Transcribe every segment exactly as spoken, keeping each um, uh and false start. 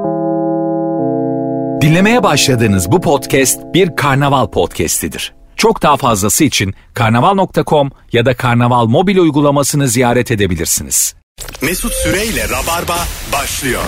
Dinlemeye başladığınız bu podcast bir karnaval podcastidir. Çok daha fazlası için karnaval nokta com ya da karnaval mobil uygulamasını ziyaret edebilirsiniz. Mesut Süreyle Rabarba başlıyor.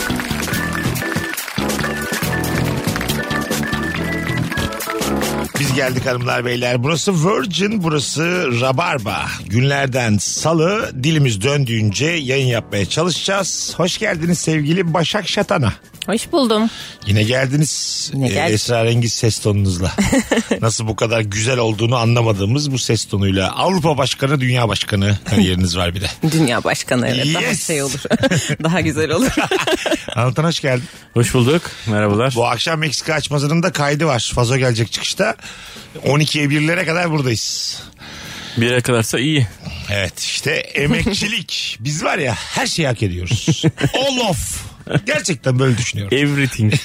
Biz geldik hanımlar beyler. Burası Virgin, burası Rabarba. Günlerden salı, dilimiz döndüğünce yayın yapmaya çalışacağız. Hoş geldiniz sevgili Başak Şatan'a. Hoş buldum. Yine geldiniz Yine e, geldik. esrarengiz ses tonunuzla. Nasıl bu kadar güzel olduğunu anlamadığımız bu ses tonuyla. Avrupa Başkanı, Dünya Başkanı kariyeriniz var bir de. Dünya başkanı, evet. Yes. Daha şey olur. Daha güzel olur. Anlatan hoş geldin. Hoş bulduk. Merhabalar. Bu akşam Meksika açmazının da kaydı var. Fazo gelecek çıkışta. on ikiye birlere kadar buradayız. Bir yere kadarsa iyi. Evet işte emekçilik. Biz var ya her şeyi hak ediyoruz. All of. Gerçekten böyle düşünüyorum. Everything.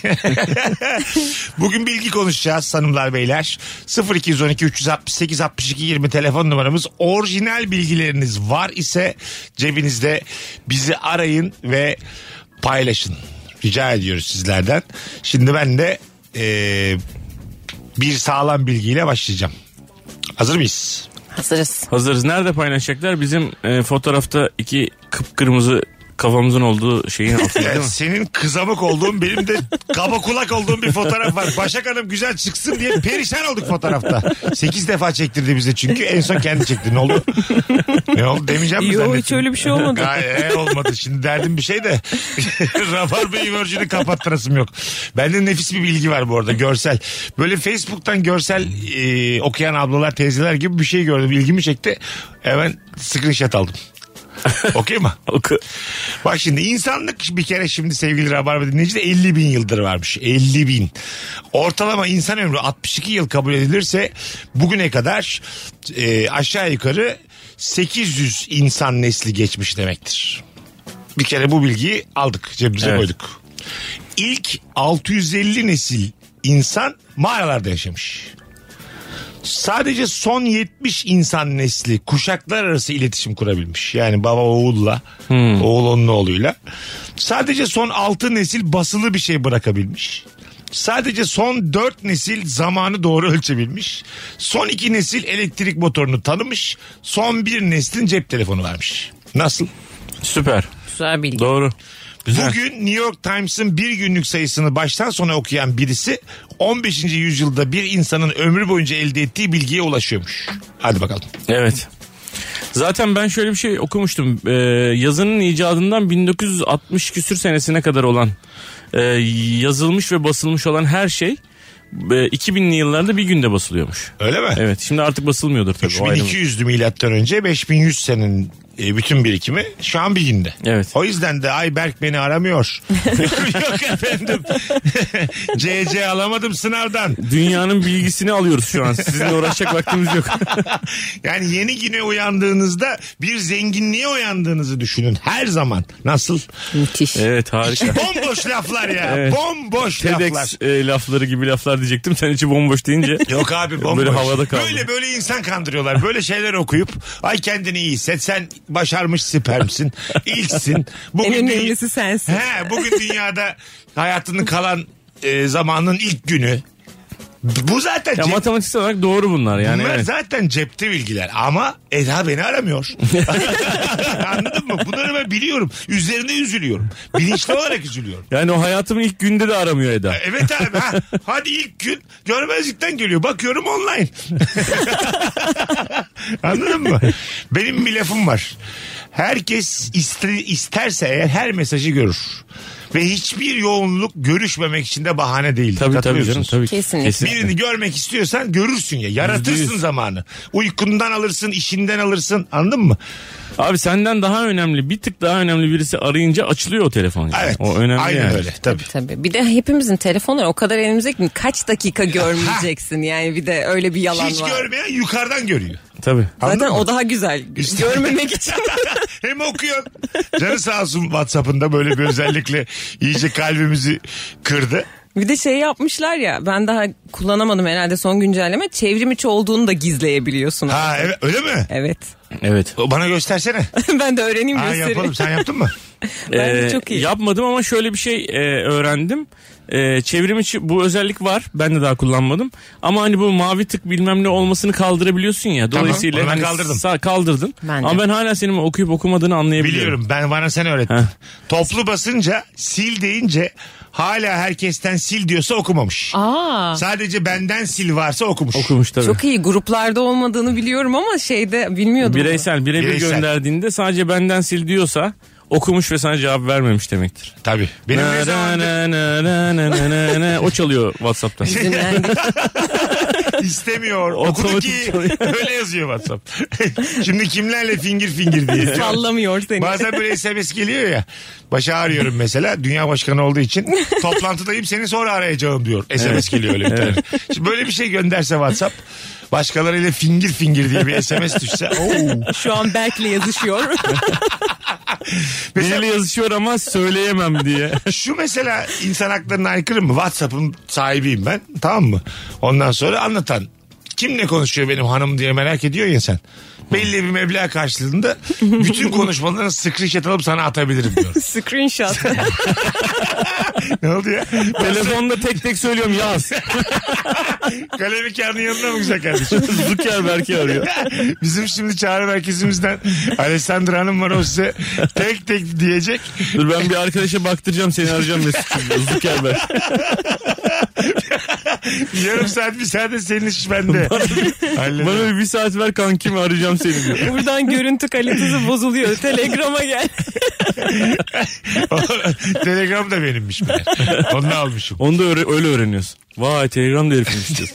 Bugün bilgi konuşacağız hanımlar beyler. sıfır iki on iki üç altı sekiz altmış iki yirmi telefon numaramız. Orijinal bilgileriniz var ise cebinizde bizi arayın ve paylaşın. Rica ediyoruz sizlerden. Şimdi ben de ee, bir sağlam bilgiyle başlayacağım. Hazır mıyız? Hazırız. Hazırız. Nerede paylaşacaklar? Bizim e, fotoğrafta iki kıpkırmızı kafamızın olduğu şeyin altında değil Evet, mi? senin kızamık olduğun, benim de kaba kulak olduğum bir fotoğraf var. Başak Hanım güzel çıksın diye perişan olduk fotoğrafta. Sekiz defa çektirdi bize çünkü en son kendi çekti. Ne oldu? Ne oldu demeyeceğim mi Yok, zannettin? hiç öyle bir şey olmadı. Gayet olmadı. Şimdi derdim bir şey de Rabarba'yı Virgin'i kapattırasım yok. Bende nefis bir bilgi var bu arada, görsel. Böyle Facebook'tan görsel e, okuyan ablalar, teyzeler gibi bir şey gördüm. İlgimi çekti. Hemen screenshot aldım. Okey mi? Oku. Bak şimdi insanlık bir kere, şimdi sevgili Rabarba dinleyiciler, elli bin yıldır varmış. elli bin. Ortalama insan ömrü altmış iki yıl kabul edilirse bugüne kadar e, aşağı yukarı sekiz yüz insan nesli geçmiş demektir. Bir kere bu bilgiyi aldık, cebimize Evet. koyduk. İlk altı yüz elli nesil insan mağaralarda yaşamış. Sadece son yetmiş insan nesli kuşaklar arası iletişim kurabilmiş. Yani baba oğulla, hmm. oğul onun oğluyla. Sadece son altı nesil basılı bir şey bırakabilmiş. Sadece son dört nesil zamanı doğru ölçebilmiş. Son iki nesil elektrik motorunu tanımış. Son bir neslin cep telefonu varmış. Nasıl? Süper. Güzel bilgi. Doğru. Güzel. Bugün New York Times'ın bir günlük sayısını baştan sona okuyan birisi on beşinci yüzyılda bir insanın ömrü boyunca elde ettiği bilgiye ulaşıyormuş. Hadi bakalım. Evet. Zaten ben şöyle bir şey okumuştum. Ee, yazının icadından bin dokuz yüz altmış küsür senesine kadar olan e, yazılmış ve basılmış olan her şey e, iki binli yıllarda bir günde basılıyormuş. Öyle mi? Evet. Şimdi artık basılmıyordur tabii. üç bin iki yüzdü milattan önce, beş bin yüz senenin e, bütün birikimi şu an bir günde. Evet. O yüzden de Ayberk beni aramıyor. Yok efendim. C C alamadım sınavdan. Dünyanın bilgisini alıyoruz şu an. Sizinle uğraşacak vaktimiz yok. Yani yeni güne uyandığınızda bir zenginliğe uyandığınızı düşünün her zaman. Nasıl? Müthiş. Evet, harika. Bomboş laflar ya. Evet. Bomboş laflar. TEDx e, lafları gibi laflar diyecektim. Sen içi bomboş deyince. Yok abi, bomboş. Böyle havada kaldı. Böyle böyle insan kandırıyorlar. Böyle şeyler okuyup ay kendini iyi hisset, sen başarmış spermsin, ilksin. En dünya- önemlisi sensin. He, bugün dünyada hayatının kalan e, zamanın ilk günü. Bu zaten Ya cep, matematiksel olarak doğru bunlar yani. bunlar Evet. zaten cepte bilgiler ama Eda beni aramıyor. Anladın mı? Bunları ben biliyorum. Üzerine üzülüyorum. Bilinçli olarak üzülüyorum. Yani o hayatımın ilk günde de aramıyor Eda. Evet abi, ha. Hadi ilk gün görmezlikten geliyor. Bakıyorum online. Anladın mı? Benim bir lafım var. Herkes iste, isterse eğer her mesajı görür. Ve hiçbir yoğunluk görüşmemek için de bahane değil. Tabii tabii canım, Katılıyorsunuz. tabii. Kesinlikle. Birini görmek istiyorsan görürsün ya. Yaratırsın Yüzde yüz. zamanı. Uykundan alırsın, işinden alırsın. Anladın mı? Abi senden daha önemli, bir tık daha önemli birisi arayınca açılıyor o telefon. Yani. Evet. O önemli Aynen yani. öyle. Tabii. Tabii. Bir de hepimizin telefonları o kadar elimize ki kaç dakika görmeyeceksin. Yani bir de öyle bir yalan Hiç var. görmeyen yukarıdan görüyor. Tabii. Zaten Anladın mı? o daha güzel. Görmemek için. Hem okuyor. Canı sağ olsun WhatsApp'ında böyle bir özellikle iyice kalbimizi kırdı. Bir de şey yapmışlar ya, ben daha kullanamadım herhalde son güncelleme. Çevrim içi olduğunu da gizleyebiliyorsun. Ha evet, öyle mi? Evet. Evet. Bana göstersene. Ben de öğreneyim, Ha, göstereyim. yapalım. Sen yaptın mı? Bence Ee, çok iyi. Yapmadım ama şöyle bir şey e, öğrendim. E, çevrim içi bu özellik var. Ben de daha kullanmadım. Ama hani bu mavi tık bilmem ne olmasını kaldırabiliyorsun ya. Dolayısıyla onu ben hani kaldırdım. Sağ, kaldırdın. Ben de. Ama ben hala senin okuyup okumadığını anlayabiliyorum. Biliyorum. Ben bana sen öğrettin. Heh. Toplu basınca sil deyince hala herkesten sil diyorsa okumamış. Aa, Sadece benden sil varsa okumuş. Okumuş tabii. çok iyi. Gruplarda olmadığını biliyorum ama şeyde bilmiyordum. Bireysel birebir Bireysel. gönderdiğinde sadece benden sil diyorsa okumuş ve sana cevap vermemiş demektir. Tabii. Benim ne Na, zamandır na, na, na, na, na, na, na. O çalıyor WhatsApp'tan. Dinlendik. istemiyor. Okudu Otomatik ki çalıyor. öyle yazıyor WhatsApp. Şimdi kimlerle fingir fingir diye. Sallamıyor seni. Bazen böyle S M S geliyor ya. Başa arıyorum mesela. Dünya başkanı olduğu için toplantıdayım, seni sonra arayacağım diyor. S M S geliyor öyle bir tane. Şimdi böyle bir şey gönderse WhatsApp, başkalarıyla fingir fingir diye bir S M S düşse. Oo. Şu an Berk'le yazışıyor. Mesela Biriyle yazışıyor ama söyleyemem diye. şu mesela insan haklarına aykırı mı? WhatsApp'ın sahibiyim ben, tamam mı? Ondan sonra anlatan, kimle konuşuyor benim hanım diye merak ediyor ya sen. Belli bir meblağ karşılığında bütün konuşmalarını screenshot alıp sana atabilirim diyor. Screenshot. Ne oldu ya? Telefonda tek tek söylüyorum yaz. Kalemi kağıdın yanına mı güzel kardeşim? Zuckerberg'i arıyor. Bizim şimdi çağrı merkezimizden Alessandra Hanım var, o size tek tek diyecek. Dur ben bir arkadaşa baktıracağım, seni arayacağım Mesut'cum diyor. Zuckerberg. Yarım saat bir saat senin iş bende. Hallederim. Bana bir saat ver kankimi, arayacağım seni diyor. Buradan görüntü kalitesi bozuluyor. Telegram'a gel. Telegram da benimmiş meğer. Onu almışım. Onu da öyle, öyle öğreniyorsun. Vay Telegram da herifmiş diyorsun.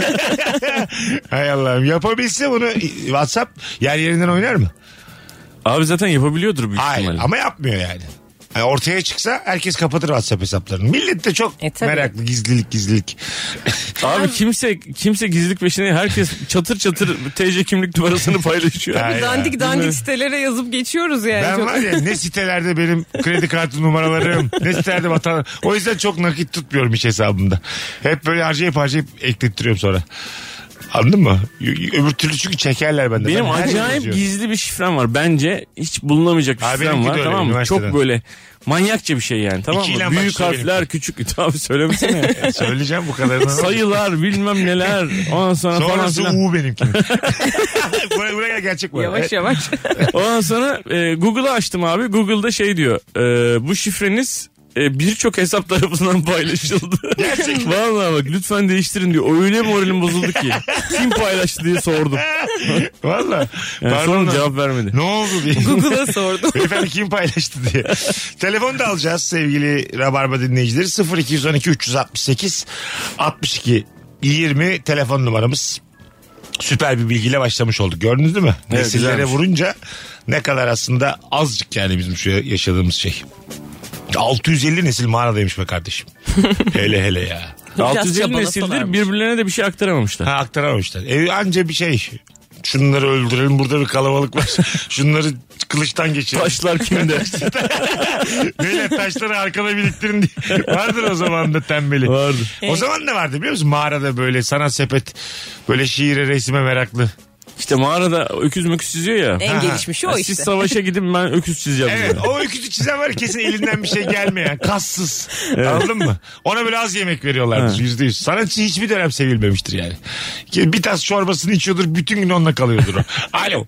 Hay Allah'ım, yapabilse bunu WhatsApp yer yerinden oynar mı? Abi zaten yapabiliyordur büyük Hayır ihtimalle. ama yapmıyor yani. Yani ortaya çıksa herkes kapatır WhatsApp hesaplarını. Millet de çok E, tabii. meraklı, gizlilik gizlilik. Abi kimse kimse gizlilik peşinde, herkes çatır çatır T C kimlik numarasını paylaşıyor. Ay ya. Dandik dandik sitelere yazıp geçiyoruz yani. Ben Çok- var ya, ne sitelerde benim kredi kartı numaralarım, ne sitelerde vatan. O yüzden çok nakit tutmuyorum hiç hesabımda. Hep böyle harcayıp harcayıp eklettiriyorum sonra. Anladın mı? Öbür türlü çünkü çekerler benden. Benim Ben her yere acayip yazıyorum. gizli bir şifrem var. Bence hiç bulunamayacak bir Abi şifrem benimki de var, öyle, tamam mı? üniversiteden. Çok böyle manyakça bir şey yani, tamam İkiyle mı? Büyük başlıyor harfler, benimki. küçük. Abi söylemesene. Söyleyeceğim bu kadarını. Sayılar bilmem neler. Ondan sonra falan Sonrası filan. U benimki. buraya, buraya gerçek bu. Yavaş yavaş. Ondan sonra e, Google'ı açtım abi. Google'da şey diyor. E, bu şifreniz e, birçok hesap tarafından paylaşıldı. Gerçekten. Vallahi bak lütfen değiştirin diyor. Öyle moralim bozuldu ki. Kim paylaştı diye sordum. Valla. Yani Pardon sonra lan. cevap vermedi. Ne oldu diye. Google'a sordum. Beyefendi kim paylaştı diye. Telefonu da alacağız sevgili Rabarba dinleyicileri. sıfır iki on iki üç altı sekiz altmış iki yirmi telefon numaramız. Süper bir bilgiyle başlamış olduk. Gördünüz değil mi? Evet, Nesillere güzelmiş. vurunca ne kadar aslında azıcık yani bizim şu yaşadığımız şey. altı yüz elli nesil mağaradaymış be kardeşim. Hele hele ya. altı yüz elli çabalasalarmış. nesildir birbirlerine de bir şey aktaramamışlar. Ha, aktaramamışlar. E, anca bir şey. Şunları öldürelim, burada bir kalabalık var. Şunları kılıçtan geçirelim. Taşlar kimde? Böyle taşları arkada biriktirin diye. Vardır o zaman da tembeli. Vardır. O zaman ne vardı biliyor musun? Mağarada böyle sanat sepet, böyle şiire resime meraklı. İşte mağarada öküz möküz çiziyor ya. En Ha. gelişmiş o Ya işte. Siz savaşa gidin, ben öküz çizeceğim. Evet, diyor. o öykücü çizen var ya, kesin elinden bir şey gelmeyen, kassız. Anladın mı? Ona böyle az yemek veriyorlardır, yüzde yüz. Sanatçı hiçbir dönem sevilmemiştir yani. Ki bir tas çorbasını içiyordur, bütün gün onunla kalıyordur o. Alo.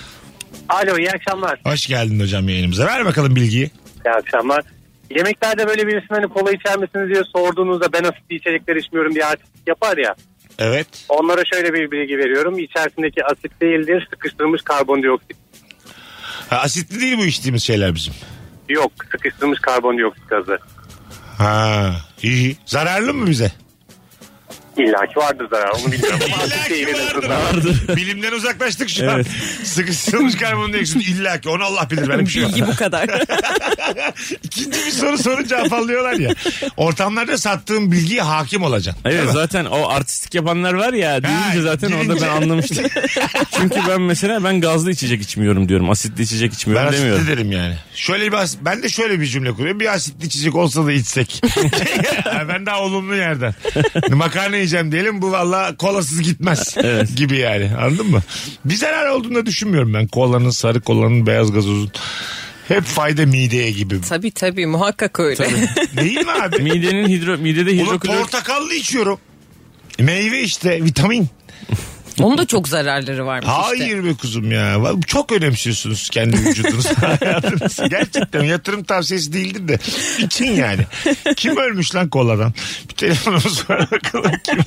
Alo, iyi akşamlar. Hoş geldin hocam yayınımıza. Ver bakalım bilgiyi. İyi akşamlar. Yemeklerde böyle birisinin hani kola içer misiniz diye sorduğunuzda ben asitli içecekler içmiyorum diye artistik yapar ya. Evet. Onlara şöyle bir bilgi veriyorum. İçerisindeki asit değildir, sıkıştırılmış karbondioksit. Ha, asitli değil bu içtiğimiz şeyler bizim. Yok, sıkıştırılmış karbondioksit gazı. Ha, iyi. Zararlı mı bize? İlla ki vardır zarar, onu bilmiyorum. Ama İlla açık ki değil en vardır. azından. Bilimden uzaklaştık şu Evet. an. Sıkıştırılmış karbondioksit illa ki, onu Allah bilir. Benim bir şey var. Bilgi bu kadar. İkinci bir soru sorunca afallıyorlar ya. Ortamlarda sattığım bilgiye hakim olacaksın. Evet, Değil mi? zaten o artistik yapanlar var ya deyince zaten girince. orada ben anlamıştım. Çünkü ben mesela ben gazlı içecek içmiyorum diyorum. Asitli içecek Ben içmiyorum asitli demiyorum. derim yani. Şöyle bir as- ben de şöyle bir cümle kuruyorum. Bir asitli içecek olsa da içsek. Ben daha olumlu yerden. Makarna yiyeceğim diyelim, bu valla kolasız gitmez. Evet. Gibi yani, anladın mı? Bir zarar olduğunu da düşünmüyorum ben. Kolanın, sarı kolanın, beyaz gazozun. Hep fayda mideye gibi. Tabii tabii muhakkak öyle. Değil mi abi? Midenin hidro, midede Ulan hidroklor... portakallı içiyorum. Meyve işte, vitamin. Onun da çok zararları varmış işte. Hayır be kuzum ya. Çok önemsiyorsunuz kendi vücudunuzu. Hayatınızı. Gerçekten yatırım tavsiyesi değildir de. İçin yani. Kim ölmüş lan koladan? Bir telefonumuz var, bakalım kim?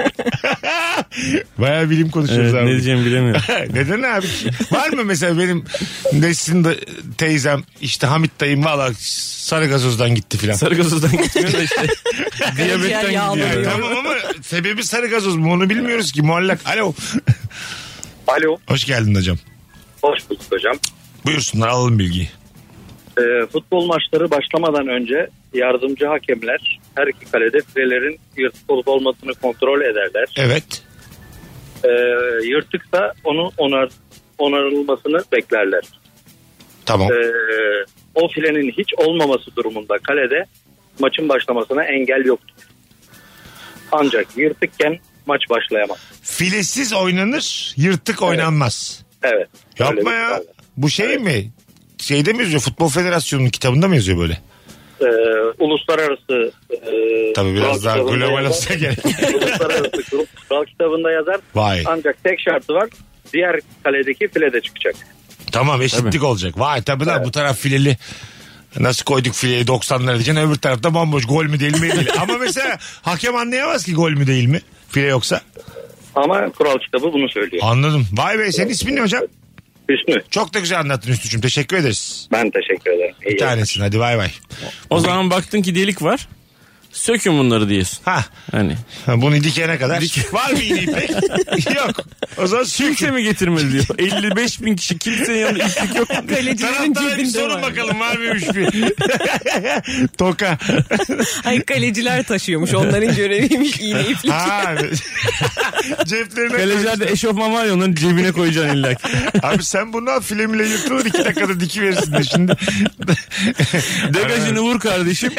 Bayağı bilim konuşuyoruz Evet, abi. ne diyeceğimi bilemiyorum. Neden abi? Var mı mesela benim Nesin de, teyzem işte Hamit dayım valla sarı gazozdan gitti filan. Sarı gazozdan gitmiyor da işte diyabetten yağlanıyor. gidiyor. Tamam ama sebebi sarı gazoz mu onu bilmiyoruz ki, muallak. Alo. Alo. Hoş geldin hocam. Hoş bulduk hocam. Buyursunlar, alalım bilgiyi. Ee, futbol maçları başlamadan önce yardımcı hakemler her iki kalede filelerin yırtık olup olmasını kontrol ederler. Evet. Ee, yırtıksa onun onar, onarılmasını beklerler. Tamam. Ee, o filenin hiç olmaması durumunda kalede maçın başlamasına engel yoktur. Ancak yırtıkken maç başlayamaz. Filesiz oynanır, yırtık oynanmaz. Evet. Yapma Öyle ya. bir- Bu şey mi? Şeyde mi yazıyor? Futbol Federasyonu'nun kitabında mı yazıyor böyle? Ee, uluslararası e, Tabii biraz kural daha kitabında global yazar. olsa gerek. Uluslararası kural- kural kitabında yazar. Vay. Ancak tek şartı var. Diğer kaledeki file de çıkacak. Tamam, eşitlik olacak. Vay tabii da bu taraf fileli. Nasıl koyduk fileyi doksanlara diyeceksin, öbür tarafta bomboş, gol mü değil mi değil. Ama mesela hakem anlayamaz ki gol mü değil mi file yoksa. Ama kural kitabı bunu söylüyor. Anladım. Vay be, senin ismin ne hocam? Hüsnü, Çok da güzel anlattın Hüsnü'cüğüm, teşekkür ederiz. ben teşekkür ederim. İyi Bir tanesin, hadi bay bay. O zaman baktın ki delik var. Sökün bunları diyorsun. Ha, Hani bunu dikene kadar. Var mı iğne ipek? Yok. O zaman kimse mi getirmedi diyor. elli beş bin kişi kimsenin yanında işlik yok. Kalecilerin Taraftara bir cebinde sorun var. bakalım var mıymış bir. Toka. Hayır, kaleciler taşıyormuş. Onların göreviymiş iğne iplik. Ha. Ceplerine Kaleciler de eşofman var ya, onların cebine koyacaksın illa ki. Abi sen bunu al, filemle yırtılır, iki dakikada dikiverirsin de şimdi. Degajını vur kardeşim.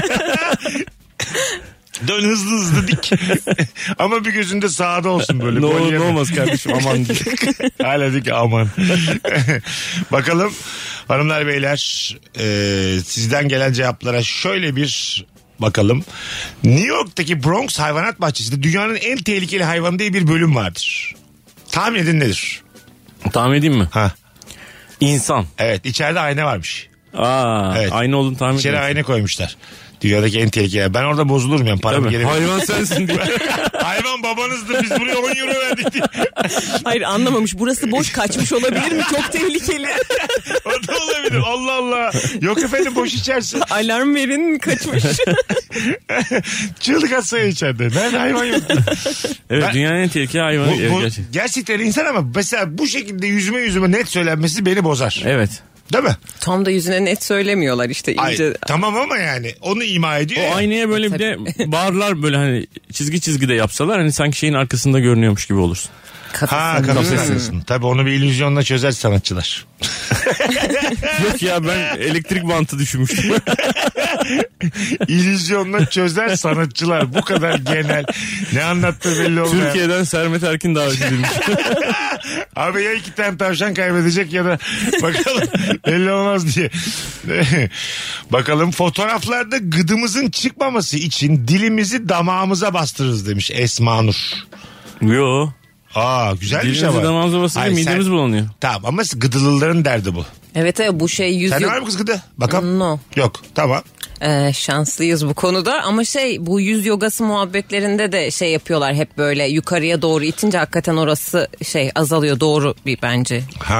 Dön hızlı hızlı dik. Ama bir gözünde sağda olsun böyle. ne Gol olur ne yeme. olmaz kardeşim, aman diye. Hala dik aman. Bakalım hanımlar beyler, e, sizden gelen cevaplara şöyle bir bakalım. New York'taki Bronx Hayvanat Bahçesi'nde dünyanın en tehlikeli hayvanı diye bir bölüm vardır. Tahmin edin nedir? Tahmin edeyim mi? Ha, İnsan. evet, içeride ayna varmış. Aa, Evet. aynı olduğunu tahmin İçeri ediyorum. ayna koymuşlar. Dünyadaki en tehlikeli. Ben orada bozulurum yani, param Tabii. gelemez. Hayvan sensin diye. Hayvan babanızdı, biz buraya on euro verdik diye. Hayır, anlamamış. Burası boş kaçmış olabilir mi? Çok tehlikeli. O da olabilir. Allah Allah. Yok efendim, boş içersin. Alarm verin, kaçmış. Çığlık atsaya içeride. Nerede hayvan yok. Evet, Ben- dünyanın en tehlikeli hayvanı. Bu, bu gerçekten. gerçekten insan, ama mesela bu şekilde yüzüme yüzüme net söylenmesi beni bozar. Evet. Değil mi? Tam da yüzüne net söylemiyorlar işte Ay, iyice. tamam ama yani onu ima ediyor. O ya. aynaya böyle bir de barlar böyle hani çizgi çizgi de yapsalar hani sanki şeyin arkasında görünüyormuş gibi olursun. Ha, kafasını arkasını. Tabii onu bir illüzyonla çözer sanatçılar. Yok ya, ben elektrik bantı düşünmüştüm. İllüzyonla çözer sanatçılar. Bu kadar genel. Ne anlattığı belli olmuyor. Türkiye'den Sermet Erkin davet edilmiş. Abi ya iki tane tavşan kaybedecek ya da bakalım belli olmaz diye. Bakalım, fotoğraflarda gıdımızın çıkmaması için dilimizi damağımıza bastırırız demiş Esma Nur. Yo. Aa, güzelmiş Dilimizi ama. damağımıza basınca Hayır, midemiz sen- bulanıyor. Tamam ama gıdılıların derdi bu. Evet evet, bu şey yüz Sende yok. var mı kız gıdı? Bakalım. No. Yok, tamam. Ee, şanslıyız bu konuda ama şey, bu yüz yogası muhabbetlerinde de şey yapıyorlar, hep böyle yukarıya doğru itince hakikaten orası şey azalıyor, doğru bir bence. Ha,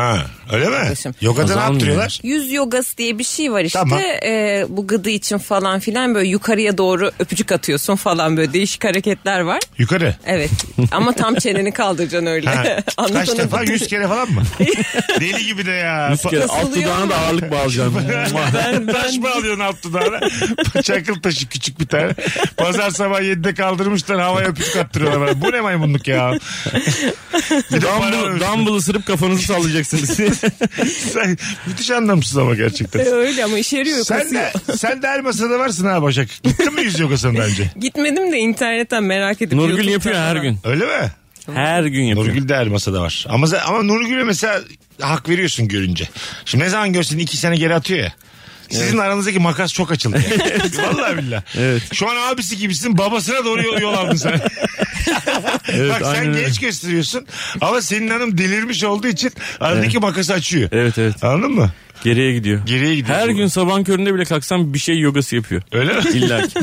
Öyle mi? Yaklaşım. Yogada ne Azalmıyor. yaptırıyorlar? Yüz yogası diye bir şey var işte. Tamam. Ee, bu gıdı için falan filan böyle yukarıya doğru öpücük atıyorsun falan, böyle değişik hareketler var. Yukarı. Evet ama tam çeneni kaldıracaksın öyle. Ha. Kaç Anlatana defa? bak. Yüz kere falan mı? Deli gibi de ya. Yüz kere alt Kasılıyor dudağına da ama. ağırlık bağlayacaksın. Ben, Taş ben mı alıyorsun alt dudağına? Çakıl taşı küçük bir tane. Pazar sabah yedide kaldırmışlar, havaya öpücük attırıyorlar bana. Bu ne maymunluk ya? Bir de para Dumbbell, alıyorsun. dumbbell ısırıp kafanızı sallayacaksınız. Sen müthiş anlamsız ama gerçekten. öyle ama işe yarıyor. Sen kasıyor. de, sen de her masada varsın ha Başak. Gittin mi yüz yogasına daha önce? Gitmedim de internetten merak edip. Nurgül YouTube'dan yapıyor her falan. gün. Öyle mi? Her gün yapıyor. Nurgül de her masada var. Ama, ama Nurgül'e mesela hak veriyorsun görünce. Şimdi ne zaman görsün iki sene geri atıyor ya. Sizin aranızdaki makas çok açıldı. Yani. Vallahi billahi. Evet. Şu an abisi gibisin, babasına doğru yol, yol aldın sen. Evet, Bak sen aynen öyle. genç gösteriyorsun ama senin hanım delirmiş olduğu için aradaki makası açıyor. Evet evet. Anladın mı? Geriye gidiyor. Geriye gidiyor. Her gün sabahın köründe bile kalksam bir şey yogası yapıyor. Öyle mi? İlla ki.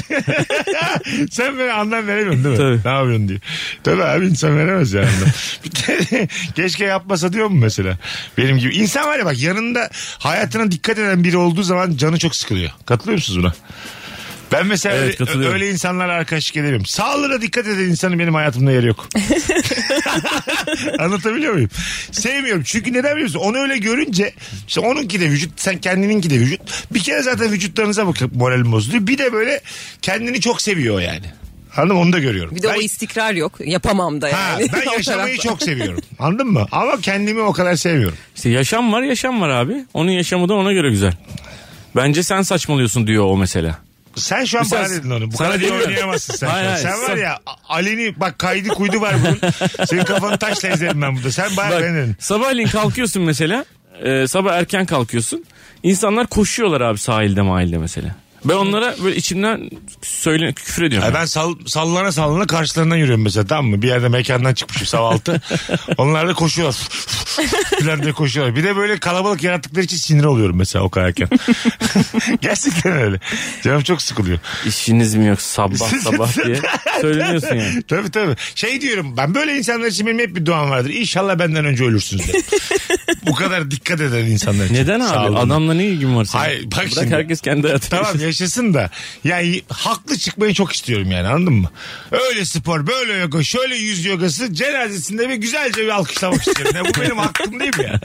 Sen bana anlam veremiyorsun değil mi? Tabii. Ne yapıyorsun diye. Tabii abi, insan veremez yani. Bir de keşke yapmasa diyor mu mesela? Benim gibi. İnsan var ya bak, yanında hayatına dikkat eden biri olduğu zaman canı çok sıkılıyor. Katılıyor musunuz buna? Ben mesela Evet, öyle, katılıyorum. öyle insanlarla arkadaşlık edemiyorum. Sağlığına dikkat eden insanın benim hayatımda yeri yok. Anlatabiliyor muyum? Sevmiyorum. Çünkü neden biliyor musun? Onu öyle görünce işte onunki de vücut, sen kendininki de vücut. Bir kere zaten vücutlarınıza bakıp moralim bozuluyor. Bir de böyle kendini çok seviyor yani. Anladın mı? Onu da görüyorum. Bir de Ben- o istikrar yok. Yapamam da Ha, yani. ben O yaşamayı tarafta. çok seviyorum. Anladın mı? Ama kendimi o kadar sevmiyorum. İşte yaşam var yaşam var abi. Onun yaşamı da ona göre güzel. Bence sen saçmalıyorsun diyor o mesela. Sen şu an Mesela bana dedin onu. Bu sana kadar iyi demiyorum. oynayamazsın sen. Hayır, hayır, sen var sen- ya Ali'ni bak, kaydı kuydu var bunun. Senin kafanı taşla ezerim ben burada. Sen bana Bak, ben dedin. sabahleyin kalkıyorsun mesela. E, sabah erken kalkıyorsun. İnsanlar koşuyorlar abi sahilde mahilde mesela. Ben onlara böyle içimden söyle küfür ediyorum. Ya ben sal, sallana sallana karşılarından yürüyorum mesela, tamam mı? Bir yerde mekandan çıkmışım sabah altı. Onlar da koşuyorlar. Falan diye koşuyorlar. Bir de böyle kalabalık yarattıkları için sinir oluyorum mesela o kayarken. Gerçekten öyle. Canım çok sıkılıyor. İşiniz mi yok sabah sabah diye söyleniyorsun yani. Tabii tabii. Şey diyorum, ben böyle insanlar için benim hep bir duam vardır. İnşallah benden önce ölürsünüz diye. Bu kadar dikkat eden insanlar için. Neden abi? Sağlığına. Adamla ne ilgin var senin? Hayır, bak Bırak şimdi. herkes kendi hayatını Tamam yaşasın. yaşasın da. Yani haklı çıkmayı çok istiyorum yani, anladın mı? Öyle spor, böyle yoga, şöyle yüz yogası, cenazesinde bir güzelce bir alkışlamak istiyorum. Ya bu benim hakkım değil mi ya?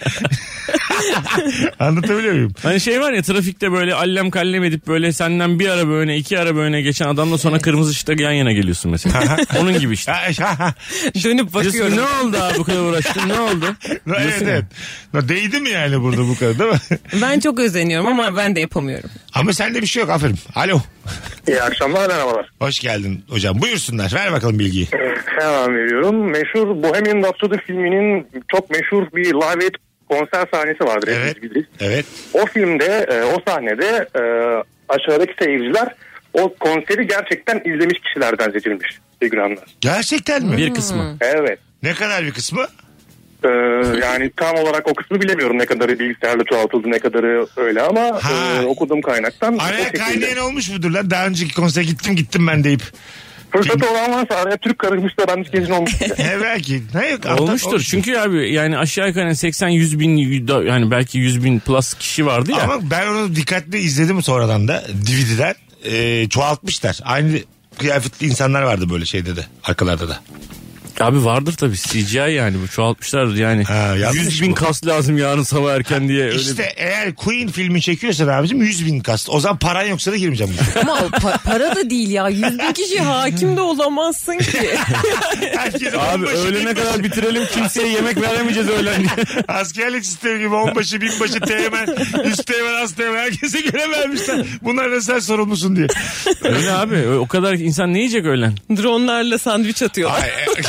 Anlatabiliyor muyum? Hani şey var ya, trafikte böyle allem kallem edip böyle senden bir araba öne iki araba öne geçen adamla sonra kırmızı ışıkta yan yana geliyorsun mesela. Onun gibi işte. Dönüp Diyorsun, bakıyorum. ne oldu abi bu kadar uğraştın ne oldu? evet Diyorsun evet. Ya. Değdi mi yani burada bu kadar, değil mi? Ben çok özeniyorum ama ben de yapamıyorum. Ama sende bir şey yok, aferin. Alo. İyi akşamlar, merhabalar. Hoş geldin hocam. Buyursunlar. Ver bakalım bilgiyi. Hemen veriyorum. Meşhur Bohemian Rhapsody filminin çok meşhur bir Live Aid konser sahnesi vardır. Evet. hepimiz biliriz. Evet. O filmde, e, o sahnede e, aşağıdaki seyirciler o konseri gerçekten izlemiş kişilerden seçilmiş figüranlar. Gerçekten mi? Bir kısmı. Evet. Ne kadar bir kısmı? Ee, yani tam olarak o kısmı bilemiyorum, ne kadarı bilgisayarla çoğaltıldı, ne kadarı öyle, ama Ha. e, okuduğum kaynaktan o Araya şekilde. kaynayan olmuş mudur lan? Daha önceki konsere gittim gittim ben deyip. Fırsatı olan varsa araya Türk karışmış da bence kesin olmuş. He belki. Ne yok, Olmuştur. Çünkü abi yani aşağı yukarı seksen yüz bin yani belki yüz bin plus kişi vardı ya. Ama ben onu dikkatli izledim sonradan da D V D'den. Ee, çoğaltmışlar. Aynı kıyafetli insanlar vardı böyle şeyde de. Arkalarda da. Abi vardır tabii, C G I yani bu, çoğaltmışlardır yani. Ha, yanlış yüz bin bu. kas lazım yarın sabah erken diye. Öyle İşte eğer Queen filmi çekiyorsan abicim yüz bin kast. O zaman paran yoksa da girmeyeceğim. Ama pa- para da değil ya. Yüz bin kişi hakim de olamazsın ki. Herkes Abi onbaşı, öğlene binbaşı. kadar bitirelim, kimseye yemek veremeyeceğiz öğlen diye. Askerlik sistemi gibi onbaşı, binbaşı, teğmen, üst teğmen, az teğmen herkese göre vermişler. Bunlardan sen sorumlusun diye. Öyle abi, o kadar insan ne yiyecek öğlen? Dronlarla sandviç atıyorlar. Ay,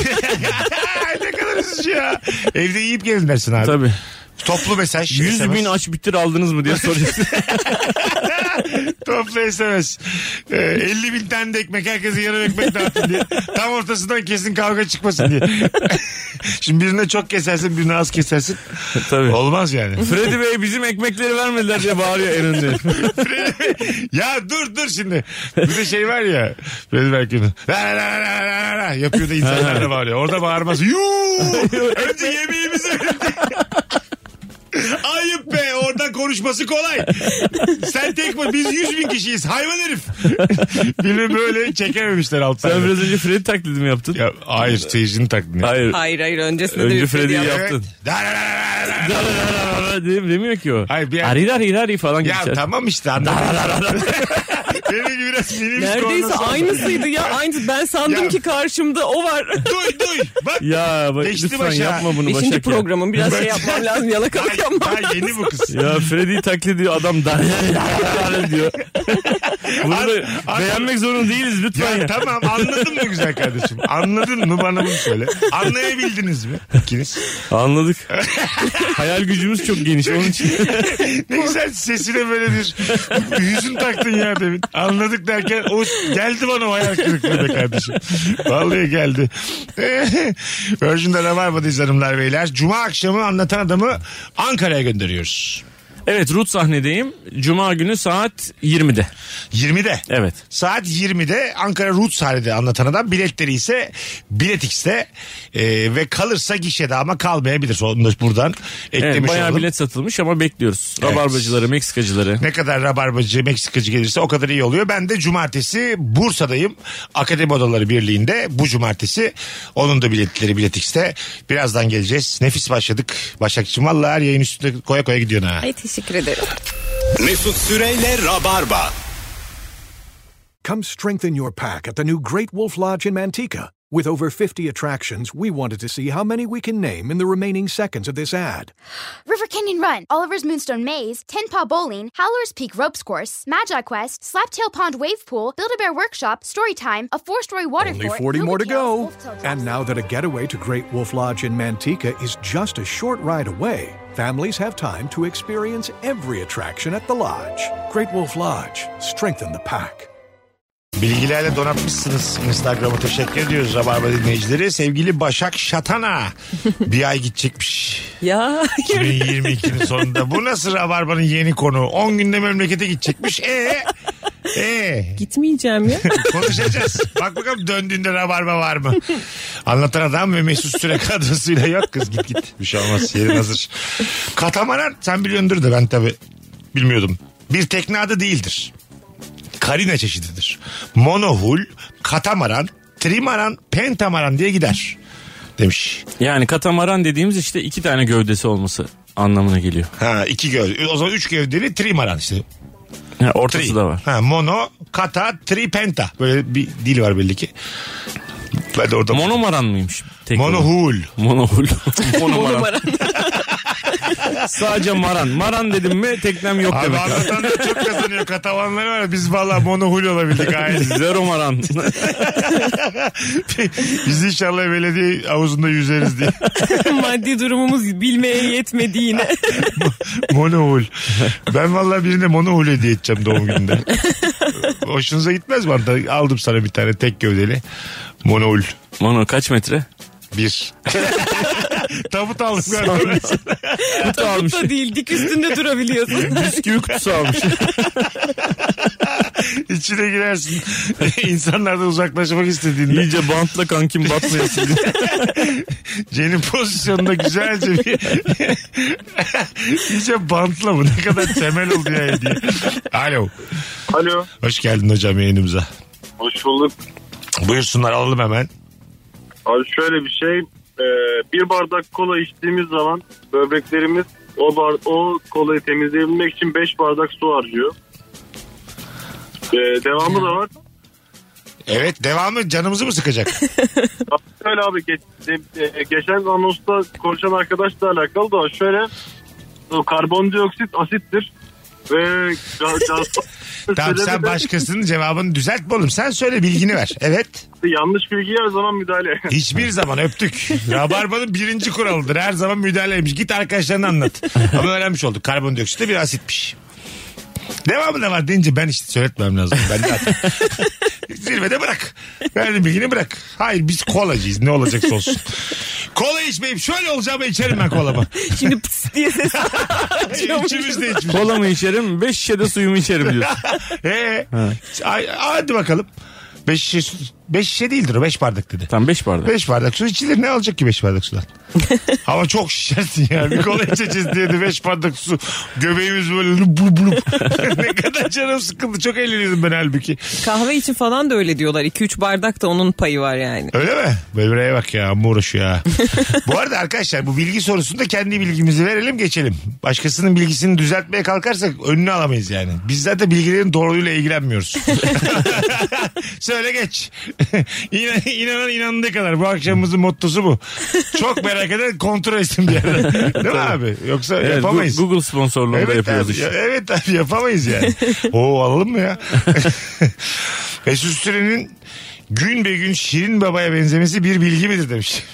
ne kadar üzücü ya. Evde yiyip gelin dersin abi. Tabii. Toplu mesaj. yüz S M S. bin aç bitir aldınız mı diye soracaksın. Toplu S M S. Ee, elli bin tane de ekmek, herkese yarım ekmek dağıtın diye. Tam ortasından kesin kavga çıkmasın diye. Şimdi birine çok kesersin, birine az kesersin. Tabii. Olmaz yani. Freddy Bey bizim ekmekleri vermediler diye bağırıyor en önde. Ya dur dur şimdi. Bir de şey var ya. Freddy Mercury'nin la la la la la la yapıyor da insanlar da bağırıyor. Orada bağırmaz. Yuuu. Önce yemeğimizi verin. Ondan konuşması kolay. Sen tek mi? Biz yüz bin kişiyiz. Hayvan herif. Beni böyle çekememişler alttan. Sen biraz önce Freddy taklidi mi yaptın? Ya, hayır seyircinin taklidini. Hayır. Hayır hayır öncesinde Önce de Freddy'yi Freddy yaptın. Evet. Demiyor ki o. Hayır, bir an- Ari ari ari falan Ya geçer. tamam işte anladım. Benim gibi biraz minibüs Neredeyse kornası oldu. aynısıydı ya. Aynısı. Ben sandım Ya. ki karşımda o var. Duy duy. Bak. Ya bak, Geçti lütfen başa. yapma bunu Beşinci Başak ya. programın biraz şey yapmam lazım. Yalakalık Daha, yapmam daha yeni bu kız. Ya Freddy'yi taklit ediyor adam da diyor. Bunu da An- beğenmek zorunda değiliz lütfen Ya ya. tamam anladın mı güzel kardeşim? Anladın mı bana bunu söyle. Anlayabildiniz mi ikiniz? Anladık. Hayal gücümüz çok geniş onun için. Ne güzel sesine böyle bir yüzün taktın ya demin. Anladık derken o geldi bana o hayal kırıklığı be kardeşim. Vallahi geldi. Virgin'de Rabarba'dayız hanımlar beyler. Cuma akşamı Anlatan Adam'ı Ankara'ya gönderiyoruz. Evet Rut sahnedeyim. Cuma günü saat yirmide. yirmide. Evet. Saat yirmide Ankara Roots sahnede Anlatan Adam. Biletleri ise Bilet X'te e, ve kalırsa gişede ama kalmayabilir. Onu da buradan eklemiş Evet, bayağı olalım. bilet satılmış ama bekliyoruz. Evet. Rabarbacıları, Meksikacıları. Ne kadar rabarbacı, Meksikacı gelirse o kadar iyi oluyor. Ben de cumartesi Bursa'dayım. Akademi Odaları Birliği'nde bu cumartesi. Onun da biletleri Bilet X'te. Birazdan geleceğiz. Nefis başladık. Başakçığım vallahi her yayın üstünde koya koya gidiyorsun ha. Ay teşekkür ederim. Mesut Süreyle Rabarba. Come strengthen your pack at the new Great Wolf Lodge in Manteca. With over fifty attractions, we wanted to see how many we can name in the remaining seconds of this ad. River Canyon Run, Oliver's Moonstone Maze, Ten Paw Bowling, Howler's Peak Ropes Course, Magi Quest, Slaptail Pond Wave Pool, Build-A-Bear Workshop, Storytime, a four-story water Only fort, forty more to Hilda Hills, go. Wolf Totems. And now that a getaway to Great Wolf Lodge in Manteca is just a short ride away, families have time to experience every attraction at the lodge. Great Wolf Lodge, strengthen the pack. Bilgilerle donatmışsınız. Instagram'a teşekkür ediyoruz Rabarba dinleyicileri. Sevgili Başak Şatana bir ay gidecekmiş. Ya. iki bin yirmi ikinin sonunda. Bu nasıl Rabarba'nın yeni konu? on günde memlekete gidecekmiş. E e Gitmeyeceğim ya. konuşacağız. Bak bakalım döndüğünde Rabarba var mı? Anlatan Adam ve Mesut Süre kadrosuyla yok kız git git. Bir şey olmaz yerin hazır. Katamaran sen biliyordur da ben tabii bilmiyordum. Bir tekne adı değildir. Karina çeşididir. Monohul, katamaran, trimaran, pentamaran diye gider demiş. Yani katamaran dediğimiz işte iki tane gövdesi olması anlamına geliyor. Ha iki gövde. O zaman üç gövdeli trimaran işte. Ha, ortası Tri. da var. Ha mono, kata, tri, penta. Böyle bir dil var belli ki. Ben de orada Monomaran mıymış? Tek Monohul. Monohul. Monomaran. Monomaran. Sadece maran. Maran dedim mi teknem yok Abi demek. anlatan da çok kazanıyor. Katavanları var. Biz valla monohul olabildik. Aynen. Zero maran. Biz inşallah belediye havuzunda yüzeriz diye. Maddi durumumuz bilmeye yetmedi yine. Monohul. Ben valla birine monohul hediye edeceğim doğum gününde. Hoşunuza gitmez mi? Hatta aldım sana bir tane tek gövdeli. Monohul. Mono kaç metre? Bir. Tabut aldım galiba. Kutu almış. Da değil dik üstünde durabiliyorsun. Bisküvi kutusu almış. İçine girersin. İnsanlardan uzaklaşmak istediğinde. İyice bantla kankim batmayasın diye. Cenin pozisyonunda güzelce bir iyice bantla bu. Ne kadar temel oldu ya hediye. Alo. Alo. Hoş geldin hocam yayınımıza. Hoş bulduk. Buyursunlar alalım hemen. Abi şöyle bir şey. e, Bir bardak kola içtiğimiz zaman böbreklerimiz o, bar, o kolayı temizleyebilmek için beş bardak su harcıyor. E, devamı da var. Evet devamı canımızı mı sıkacak? Şöyle abi geç, e, geçen anonsta konuşan arkadaşla alakalı da şöyle o karbondioksit asittir ve gaz, gaz Tamam sen başkasının cevabını düzeltme oğlum. Sen söyle bilgini ver. Evet. yanlış bilgiye her zaman müdahale. Hiçbir zaman öptük. Rabarba'nın birinci kuralıdır. Her zaman müdahaleymiş. Git arkadaşlarına anlat. Ama öğrenmiş olduk. Karbondioksit de bir asitmiş. Devamı ne var deyince ben işte söyletmem lazım. Ben de atayım. Zirvede bırak. Verdiğin bilgini bırak. Hayır biz kolacıyız. Ne olacaksa olsun. Kola içmeyip şöyle olacağımı içerim ben kolamı. Şimdi pıs diye ses. İçimiz de içmiş. Kola mı içerim? Beş şişe de suyumu içerim diyorsun. Ee, ay- hadi bakalım. Beş şişe su- beş şişe değildir o, beş bardak dedi. Tam beş bardak. beş bardak su içilir, ne olacak ki beş bardak sudan? Ama çok şişersin ya. Bir kola içeceğiz diye de beş bardak su. Göbeğimiz böyle bulup bulup. Ne kadar canım sıkıldı. Çok eğleniyordum ben halbuki. Kahve için falan da öyle diyorlar. iki üç bardak da onun payı var yani. Öyle mi? Böbreğe bak ya, amma uğraşıyor ya. Bu arada arkadaşlar, bu bilgi sorusunda kendi bilgimizi verelim, geçelim. Başkasının bilgisini düzeltmeye kalkarsak önünü alamayız yani. Biz zaten bilgilerin doğruluğuyla ilgilenmiyoruz. Söyle geç. İnan, inanan inandığı kadar. Bu akşamımızın mottosu bu. Çok merak eden kontrol etsin bir yerden. Değil mi abi? Yoksa Evet, yapamayız. Google sponsorluğunda Evet yapıyoruz abi, işte. ya- evet abi, yapamayız yani. Oo, alalım mı ya? Mesut Süren'in gün be gün Şirin Baba'ya benzemesi bir bilgi midir demiş.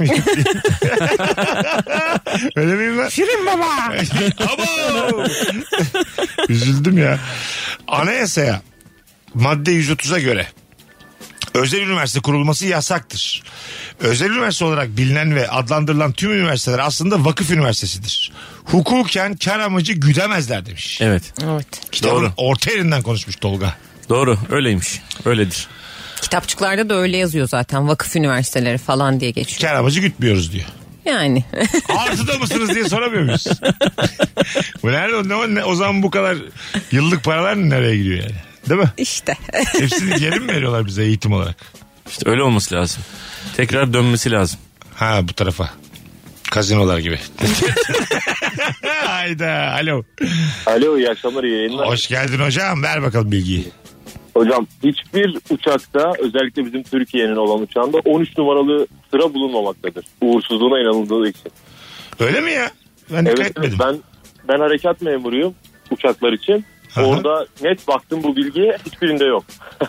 Öyle miyim lan? Şirin Baba. Abo. Üzüldüm ya. Anayasaya madde yüz otuza göre özel üniversite kurulması yasaktır. Özel üniversite olarak bilinen ve adlandırılan tüm üniversiteler aslında vakıf üniversitesidir. Hukuken kar amacı güdemezler demiş. Evet. Evet. Kitabın Doğru. orta yerinden konuşmuş Tolga. Doğru, öyleymiş. Öyledir. Kitapçıklarda da öyle yazıyor zaten. Vakıf üniversiteleri falan diye geçiyor. Kar amacı gütmüyoruz diyor. Yani. Artıda mısınız diye soramıyor muyuz? Bu nerede? Ne, ne, o zaman bu kadar yıllık paralar nereye gidiyor yani? Değil mi? İşte. Hepsini geri mi veriyorlar bize eğitim olarak? İşte öyle olması lazım. Tekrar dönmesi lazım. Ha, bu tarafa. Kazinolar gibi. Hayda. Alo. Alo, iyi akşamlar, iyi yayınlar. Hoş geldin hocam. Ver bakalım bilgiyi. Hocam, hiçbir uçakta, özellikle bizim Türkiye'nin olan uçağında on üç numaralı sıra bulunmamaktadır. Uğursuzluğuna inanıldığı için. Öyle mi ya? Ben dikkat Evet, etmedim. ben ben harekat memuruyum uçaklar için. Aha. Orada net baktım, bu bilgiye hiçbirinde yok.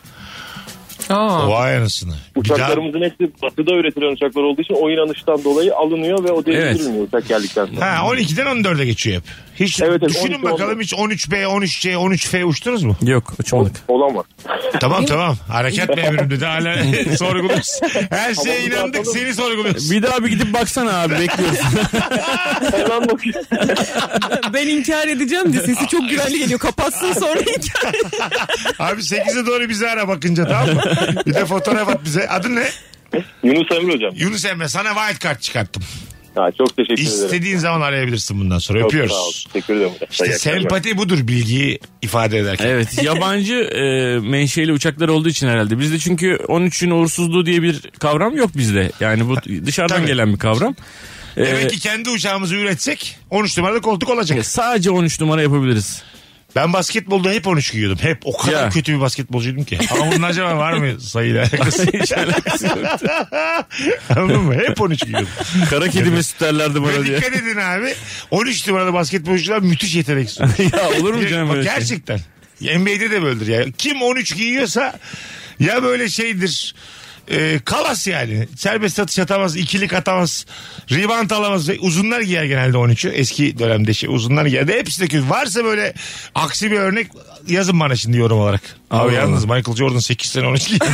Aa. Vay anasını. Bir Uçaklarımızın hepsi batıda üretilen uçaklar olduğu için o inanıştan dolayı alınıyor ve o değiştirilmiyor uçak geldikten sonra. daha... Ha, on ikiden on dörde geçiyor hep. Hiç Evet, evet, düşünün on iki, bakalım on dört. hiç on üç B, on üç C, on üç F uçtunuz mu? Yok, uçmadık. Olamaz. Tamam tamam. Harekat memurum dedi. Hala sorguluyoruz. Her şeye Ama bu inandık, zaten- seni sorguluyoruz. Bir daha bir gidip baksana abi, bekliyoruz. Hemen bakıyorum. Ben inkar edeceğim de sesi çok güvenli geliyor. Kapatsın sonra inkar. Abi sekize doğru bizi ara bakınca, tamam mı? Bir de fotoğraf at bize. Adın ne? Yunus Emre hocam. Yunus Emre, sana wild card çıkarttım. Ha, çok teşekkür ederim. İstediğin zaman arayabilirsin bundan sonra. Çok sağ ol, Öpüyoruz. teşekkür ederim. İşte İyi akşamlar. sempati budur, bilgiyi ifade ederken. Evet, yabancı e, menşeli uçaklar olduğu için herhalde. Bizde çünkü on üçün uğursuzluğu diye bir kavram yok bizde. Yani bu dışarıdan Tabii. gelen bir kavram. E, Demek ki kendi uçağımızı üretsek on üç numaralı koltuk olacak. sadece on üç numara yapabiliriz. Ben basketbolda hep on üç giyiyordum. Hep o kadar Ya. kötü bir basketbolcuydum ki. Ama bunun acaba var mı sayıyla alakası? Hiç alakası yok. Anladın mı? Hep on üç giyiyordum. Kara kedi Mesut derlerdi bana Ve diye. dikkat edin abi. on üç numaralı basketbolcular müthiş yetenek sunuyor. Ya olur mu canım Bak, öyle şey? gerçekten. N B A'de de böyledir ya. Kim on üç giyiyorsa ya böyle şeydir. E, kalas yani. Serbest atış atamaz, ikilik atamaz, rebound alamaz. Uzunlar giyer genelde on üçü. Eski dönemde şey uzunlar giyerdi. Hepsi de kötü. Varsa böyle aksi bir örnek yazın bana şimdi yorum olarak. Abi Allah yalnız Michael Jordan sekiz sene on üç giydi.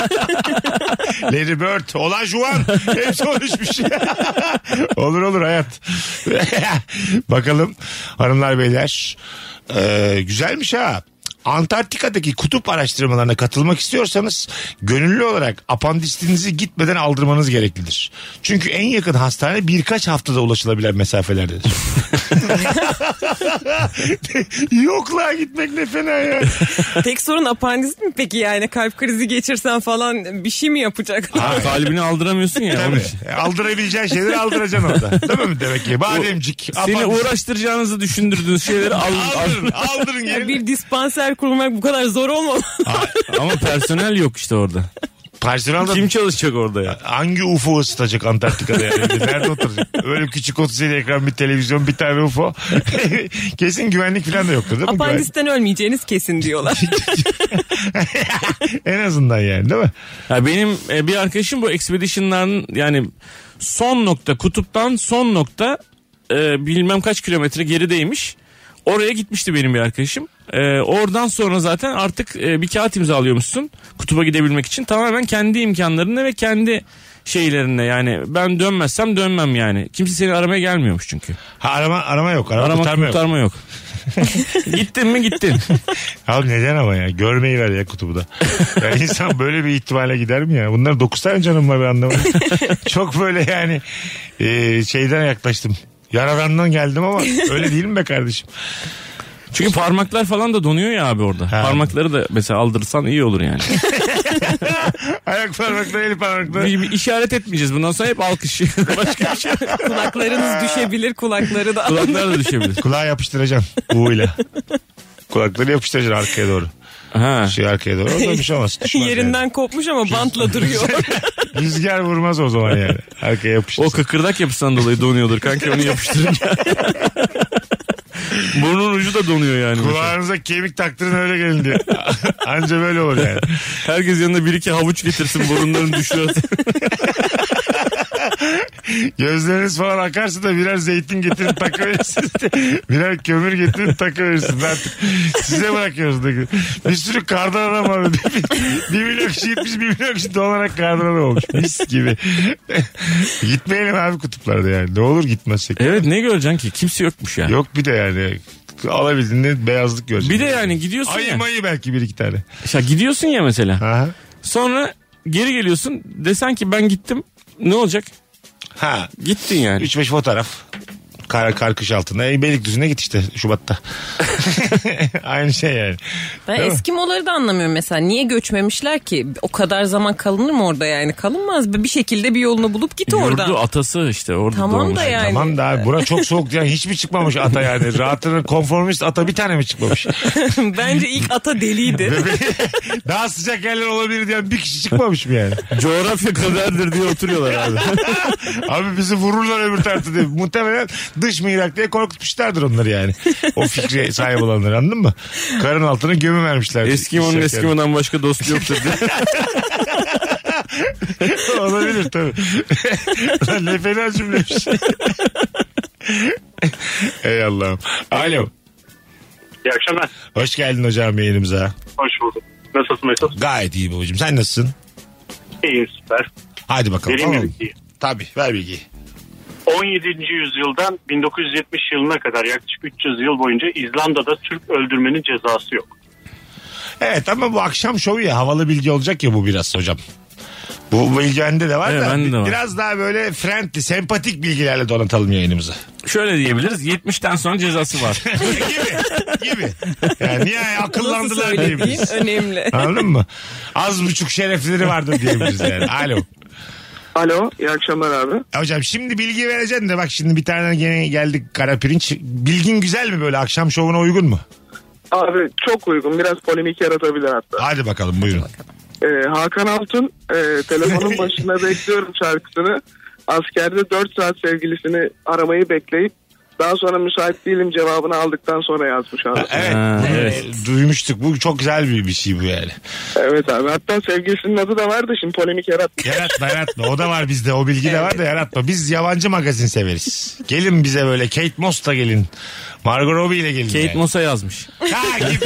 Larry Bird, Olajuwon hepsi on üçmüş. Olur olur hayat. Bakalım hanımlar beyler. Ee, güzelmiş ha. Antarktika'daki kutup araştırmalarına katılmak istiyorsanız gönüllü olarak apandisitinizi gitmeden aldırmanız gereklidir. Çünkü en yakın hastane birkaç haftada ulaşılabilen mesafelerdedir. Yokluğa gitmek ne fena ya. Tek sorun apandisit mi peki yani? Kalp krizi geçirsen falan bir şey mi yapacak? Ha, kalbini aldıramıyorsun ya. onun için. Tabii. Aldırabileceğin şeyleri aldıracaksın orada. Değil mi demek ki? Bademcik. Seni apandisit. uğraştıracağınızı düşündürdüğünüz şeyleri al, Aldırın, al. aldırın Ya gelin. bir dispanser kurmak bu kadar zor olmalı. Ama personel yok işte orada. Personel Kim çalışacak orada ya? hangi U F O ısıtacak Antarktika'da yani? Nerede oturacak? Öyle küçük otuz yedi ekran bir televizyon bir tane U F O. Kesin güvenlik falan da yoktur değil mi? Apandisten ölmeyeceğiniz kesin diyorlar. En azından yani değil mi? Ya benim e, bir arkadaşım bu expedition'ların yani son nokta kutuptan son nokta e, bilmem kaç kilometre gerideymiş. Oraya gitmişti benim bir arkadaşım. E, oradan sonra zaten artık e, bir kağıt imzalıyormuşsun kutuba gidebilmek için. Tamamen kendi imkanlarına ve kendi şeylerine yani ben dönmezsem dönmem yani. Kimse seni aramaya gelmiyormuş çünkü. Ha, arama, arama yok. Arama, Arama kurtarma, kurtarma, yok. yok. Gittin mi gittin. Abi neden ama ya? Görmeyi ver ya kutubu da. Ya insan böyle bir ihtimale gider mi ya? Bunlar dokuz tane canım var, ben anlamadım. Çok böyle yani e, şeyden yaklaştım. Yaradandan geldim ama öyle değil mi be kardeşim? Çünkü parmaklar falan da donuyor ya abi orada. Ha. Parmakları da mesela aldırsan iyi olur yani. Ayak parmakları, el parmakları. Bir, bir işaret etmeyeceğiz. Bundan sonra hep alkış. Başka bir şey. Kulaklarınız düşebilir, kulakları da. Kulaklar da düşebilir. Kulağa yapıştıracaksın U'yla. Kulakları yapıştıracaksın arkaya doğru. Ha. Şey arkaya doğru. O da bir şey olmaz. Yerinden yani. Kopmuş ama bantla duruyor. Rüzgar vurmaz o zaman yani. Arkaya yapıştırsın. O kıkırdak yapısından dolayı donuyordur kanki, onu yapıştırınca. Burnun ucu da donuyor yani. Kulağınıza mesela kemik taktırın öyle gelin diye. Anca böyle olur yani. Herkes yanında bir iki havuç getirsin, burunların düşüyor. Gözleriniz falan akarsa da birer zeytin getirin takıverirsiniz. Birer kömür getirin takıverirsiniz. Artık size bırakıyoruz. Da. Bir sürü kardan adam var. Bir, bir milyon kişi gitmiş, bir milyon kişi dolarak kardan adam olmuş. Mis gibi. Gitmeyelim abi kutuplarda yani. Ne olur gitmezsek. Evet, ne göreceksin ki? Kimse yokmuş ya. Yok bir de yani. Alabildiğinde beyazlık göreceksin. Bir de yani gidiyorsun ayı ya. Ayı belki bir iki tane. Ya gidiyorsun ya mesela. Aha. Sonra geri geliyorsun. Desen ki ben gittim. Ne olacak? Ha. Gittin yani. üç beş fotoğraf. Kar, kar kış altında. E, Beylikdüzü'ne git işte Şubat'ta. Aynı şey yani. Ben değil Eskimoları da anlamıyorum mesela. Niye göçmemişler ki? O kadar zaman kalınır mı orada yani? Kalınmaz. Bir şekilde bir yolunu bulup git oradan. Yurdu atası işte orada tamam doğmuş. da yani. Tamam da abi bura çok soğuk yani hiç mi çıkmamış ata yani? Rahatının konformist ata bir tane mi çıkmamış? Bence ilk ata deliydi. Daha sıcak yerler olabilir diyen bir kişi çıkmamış mı yani? Coğrafya kaderdir diye oturuyorlar abi. Abi bizi vururlar öbür tarafta diye. Muhtemelen dış mihrak diye korkutmuşlardır onları yani. O fikre sahip olanları, anladın mı? Karın altına gömü vermişler. Eskimo'nun Eskimo'dan başka dostu yoktur diye. Olabilir tabii. Ne fena cümlemiş. Ey Allah'ım. Alo. İyi akşamlar. Hoş geldin hocam yayınımıza. Hoş bulduk. Nasılsın Mesut? Gayet iyi babacığım. Sen nasılsın? İyiyim, süper. Hadi bakalım. Vereyim mi Tamam. bilgiyi? Tabii ver bilgiyi. on yedinci yüzyıldan bin dokuz yüz yetmiş yılına kadar yaklaşık üç yüz yıl boyunca İzlanda'da Türk öldürmenin cezası yok. Evet ama bu akşam şovu ya, havalı bilgi olacak ya bu biraz hocam. Bu bilgi bende de var evet, da de var. Biraz daha böyle friendly, sempatik bilgilerle donatalım yayınımızı. Şöyle diyebiliriz, yetmişten sonra cezası var. gibi gibi. Yani niye akıllandılar Nasıl diyebiliriz. Önemli. Anladın mı? Az buçuk şerefleri vardır diyebiliriz yani. Alo. Alo, iyi akşamlar abi. Hocam şimdi bilgi vereceksin de bak şimdi bir tane gene geldik kara pirinç. Bilgin güzel mi, böyle akşam şovuna uygun mu? Abi çok uygun, biraz polemik yaratabilir hatta. Hadi bakalım buyurun. Ee, Hakan Altun e, telefonun başında bekliyorum şarkısını. Askerde dört saat sevgilisini aramayı bekleyip daha sonra müsait değilim cevabını aldıktan sonra yazmış abi. Evet, ha, evet. E, duymuştuk, bu çok güzel bir, bir şey bu yani. Evet abi, hatta sevgilisinin adı da vardı, şimdi polemik yaratma. Yaratma yaratma, o da var bizde, o bilgi de var da yaratma. Biz yabancı magazin severiz. Gelin bize böyle Kate Moss'la gelin. Margot Robbie ile gelin. Kate yani. Moss'a yazmış. Ha gibi.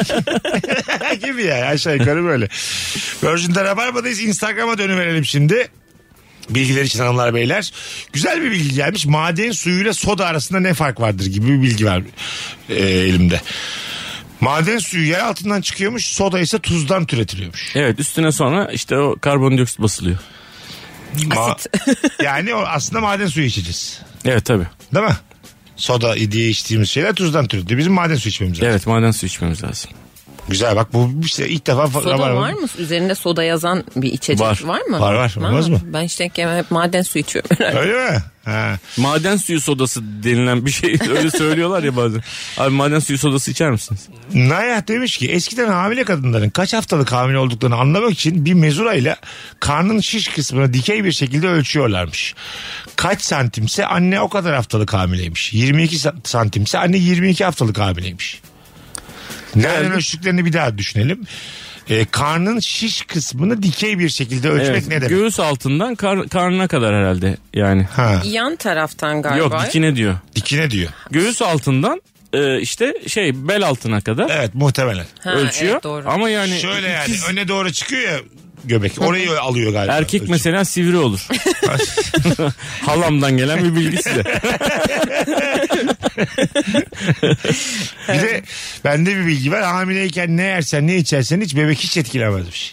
gibi ya, aşağı yukarı böyle. Virgin'de Rabarba'dayız. Instagram'a dönüverelim şimdi. Bilgiler için hanımlar beyler. Güzel bir bilgi gelmiş. Maden suyuyla soda arasında ne fark vardır gibi bir bilgi var e, elimde. Maden suyu yer altından çıkıyormuş. Soda ise tuzdan türetiliyormuş. Evet, üstüne sonra işte o karbondioksit basılıyor. Ma- yani o aslında maden suyu içeceğiz. Evet tabii. Değil mi? Soda diye içtiğimiz şeyler tuzdan türetiyor. Bizim maden suyu içmemiz lazım. Evet, maden suyu içmemiz lazım. Güzel, bak bu işte ilk defa soda var, var mı? Üzerinde soda yazan bir içecek var, var mı? Var var. Olmaz mı? Ben işte hep maden suyu içiyorum. Öyle mi? Ha. Maden suyu sodası denilen bir şey öyle söylüyorlar ya bazen. Abi maden suyu sodası içer misiniz? Nayah demiş ki eskiden hamile kadınların kaç haftalık hamile olduklarını anlamak için bir mezurayla karnın şiş kısmını dikey bir şekilde ölçüyorlarmış. Kaç santimse anne o kadar haftalık hamileymiş. yirmi iki santimse anne yirmi iki haftalık hamileymiş. Nereden ölçtüklerini bir daha düşünelim. Ee, karnın şiş kısmını dikey bir şekilde ölçmek Evet, ne demek? göğüs altından kar, karnına kadar herhalde yani. Ha, Yan taraftan galiba. Yok, dikine diyor. dikine diyor. Göğüs altından e, işte şey bel altına kadar Evet, muhtemelen. Ha, ölçüyor. evet, doğru. Ama yani Şöyle yani ikiz- öne doğru çıkıyor ya göbek. Orayı alıyor galiba. erkek Ölçü. mesela sivri olur. Halamdan gelen bir bilgi size. Bir de bende bir bilgi var. Hamileyken ne yersen ne içersen hiç bebek hiç etkilemezmiş.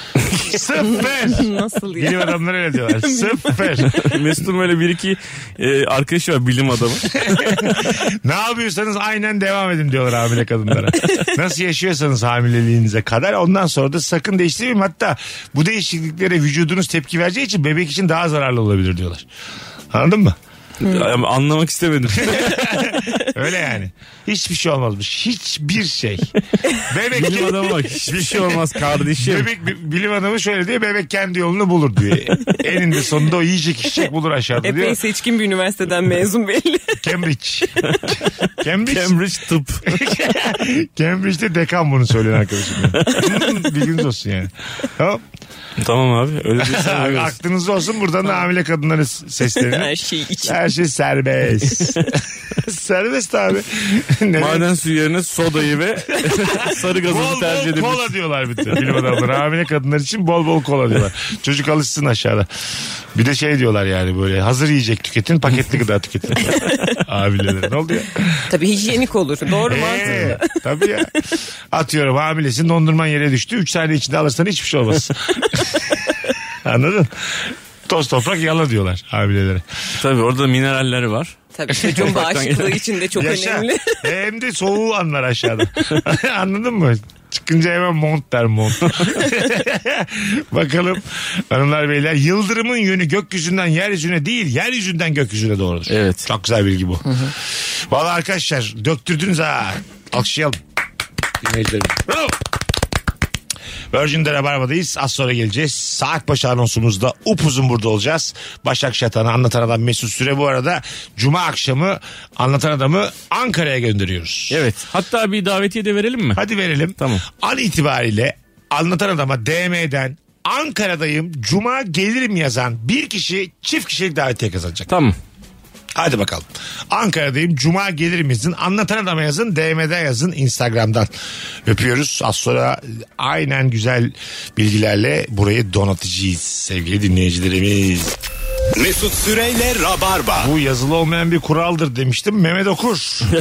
Sıfır. Nasıl ya? Bilim adamları öyle diyorlar. Sıfır. Mesut'un böyle bir iki e, arkadaşı var, bilim adamı. Ne yapıyorsanız aynen devam edin diyorlar hamile kadınlara. Nasıl yaşıyorsanız hamileliğinize kadar ondan sonra da sakın değiştirmeyin. Hatta bu değişikliklere vücudunuz tepki vereceği için bebek için daha zararlı olabilir diyorlar. Anladın mı? Ama anlamak istemedim. Öyle yani. Hiçbir şey olmazmış. Hiçbir şey. Bebek Bilim adamı bak, hiçbir şey olmaz kardeşim. Bebek bi- bilim adamı şöyle diyor. Bebek kendi yolunu bulur diyor. Eninde sonunda o yiyecek içecek bulur aşağıda Epey diyor. seçkin bir üniversiteden mezun belli. Cambridge. Cambridge. Cambridge tıp. Cambridge'de dekan bunu söyleyen arkadaşım. Bilginiz olsun yani. Tamam. Tamam abi, öyle diyorsan öyle olsun. Aklınızda olsun, buradan da hamile kadınların seslerini. Her şey için. Her şey serbest. Serbest abi. Maden suyu yerine sodayı ve sarı gazozu Bol tercih bol edebilirsin. kola diyorlar bütün bilim adamları. Hamile kadınlar için bol bol kola diyorlar. Çocuk alışsın aşağıda. Bir de şey diyorlar yani, böyle hazır yiyecek tüketin, paketli gıda tüketin. Abileler ne oldu ya? Tabii hijyenik olur. Doğru mu? Ee, tabii ya. Atıyorum hamilesin, dondurman yere düştü. üç saniye içinde alırsan hiçbir şey olmaz. Anladın? Toz toprak yala diyorlar abilelere. Tabii orada mineralleri var. Tabii çocuğun bağışıklığı için de çok Yaşa. önemli. Hem de soğuğu anlar aşağıda. Anladın mı? Çıkınca hemen mont der mont. Bakalım hanımlar beyler, yıldırımın yönü gökyüzünden yeryüzüne değil, yeryüzünden gökyüzüne doğrudur. Evet. Çok güzel bilgi bu. Vallahi arkadaşlar döktürdünüz ha. Alkışlayalım. Dinleyicilerimiz. Bravo. Virgin'de Rabarba'dayız. Az sonra geleceğiz. Saat başı anonsumuzda upuzun burada olacağız. Başak Şatan'ı, Anlatan Adam Mesut Süre. Bu arada Cuma akşamı Anlatan Adam'ı Ankara'ya gönderiyoruz. Evet. Hatta bir davetiye de verelim mi? Hadi verelim. Tamam. An itibariyle Anlatan Adam'a D M'den Ankara'dayım, Cuma gelirim yazan bir kişi çift kişilik davetiye kazanacak. Tamam. Hadi bakalım. Ankara'dayım, Cuma gelirim yazın. Anlatan Adam'a yazın, D M'den yazın, Instagram'dan. Öpüyoruz. Az sonra aynen güzel bilgilerle burayı donatacağız sevgili dinleyicilerimiz. Mesut Süreyle Rabarba. Bu yazılı olmayan bir kuraldır demiştim. Mehmet Okur.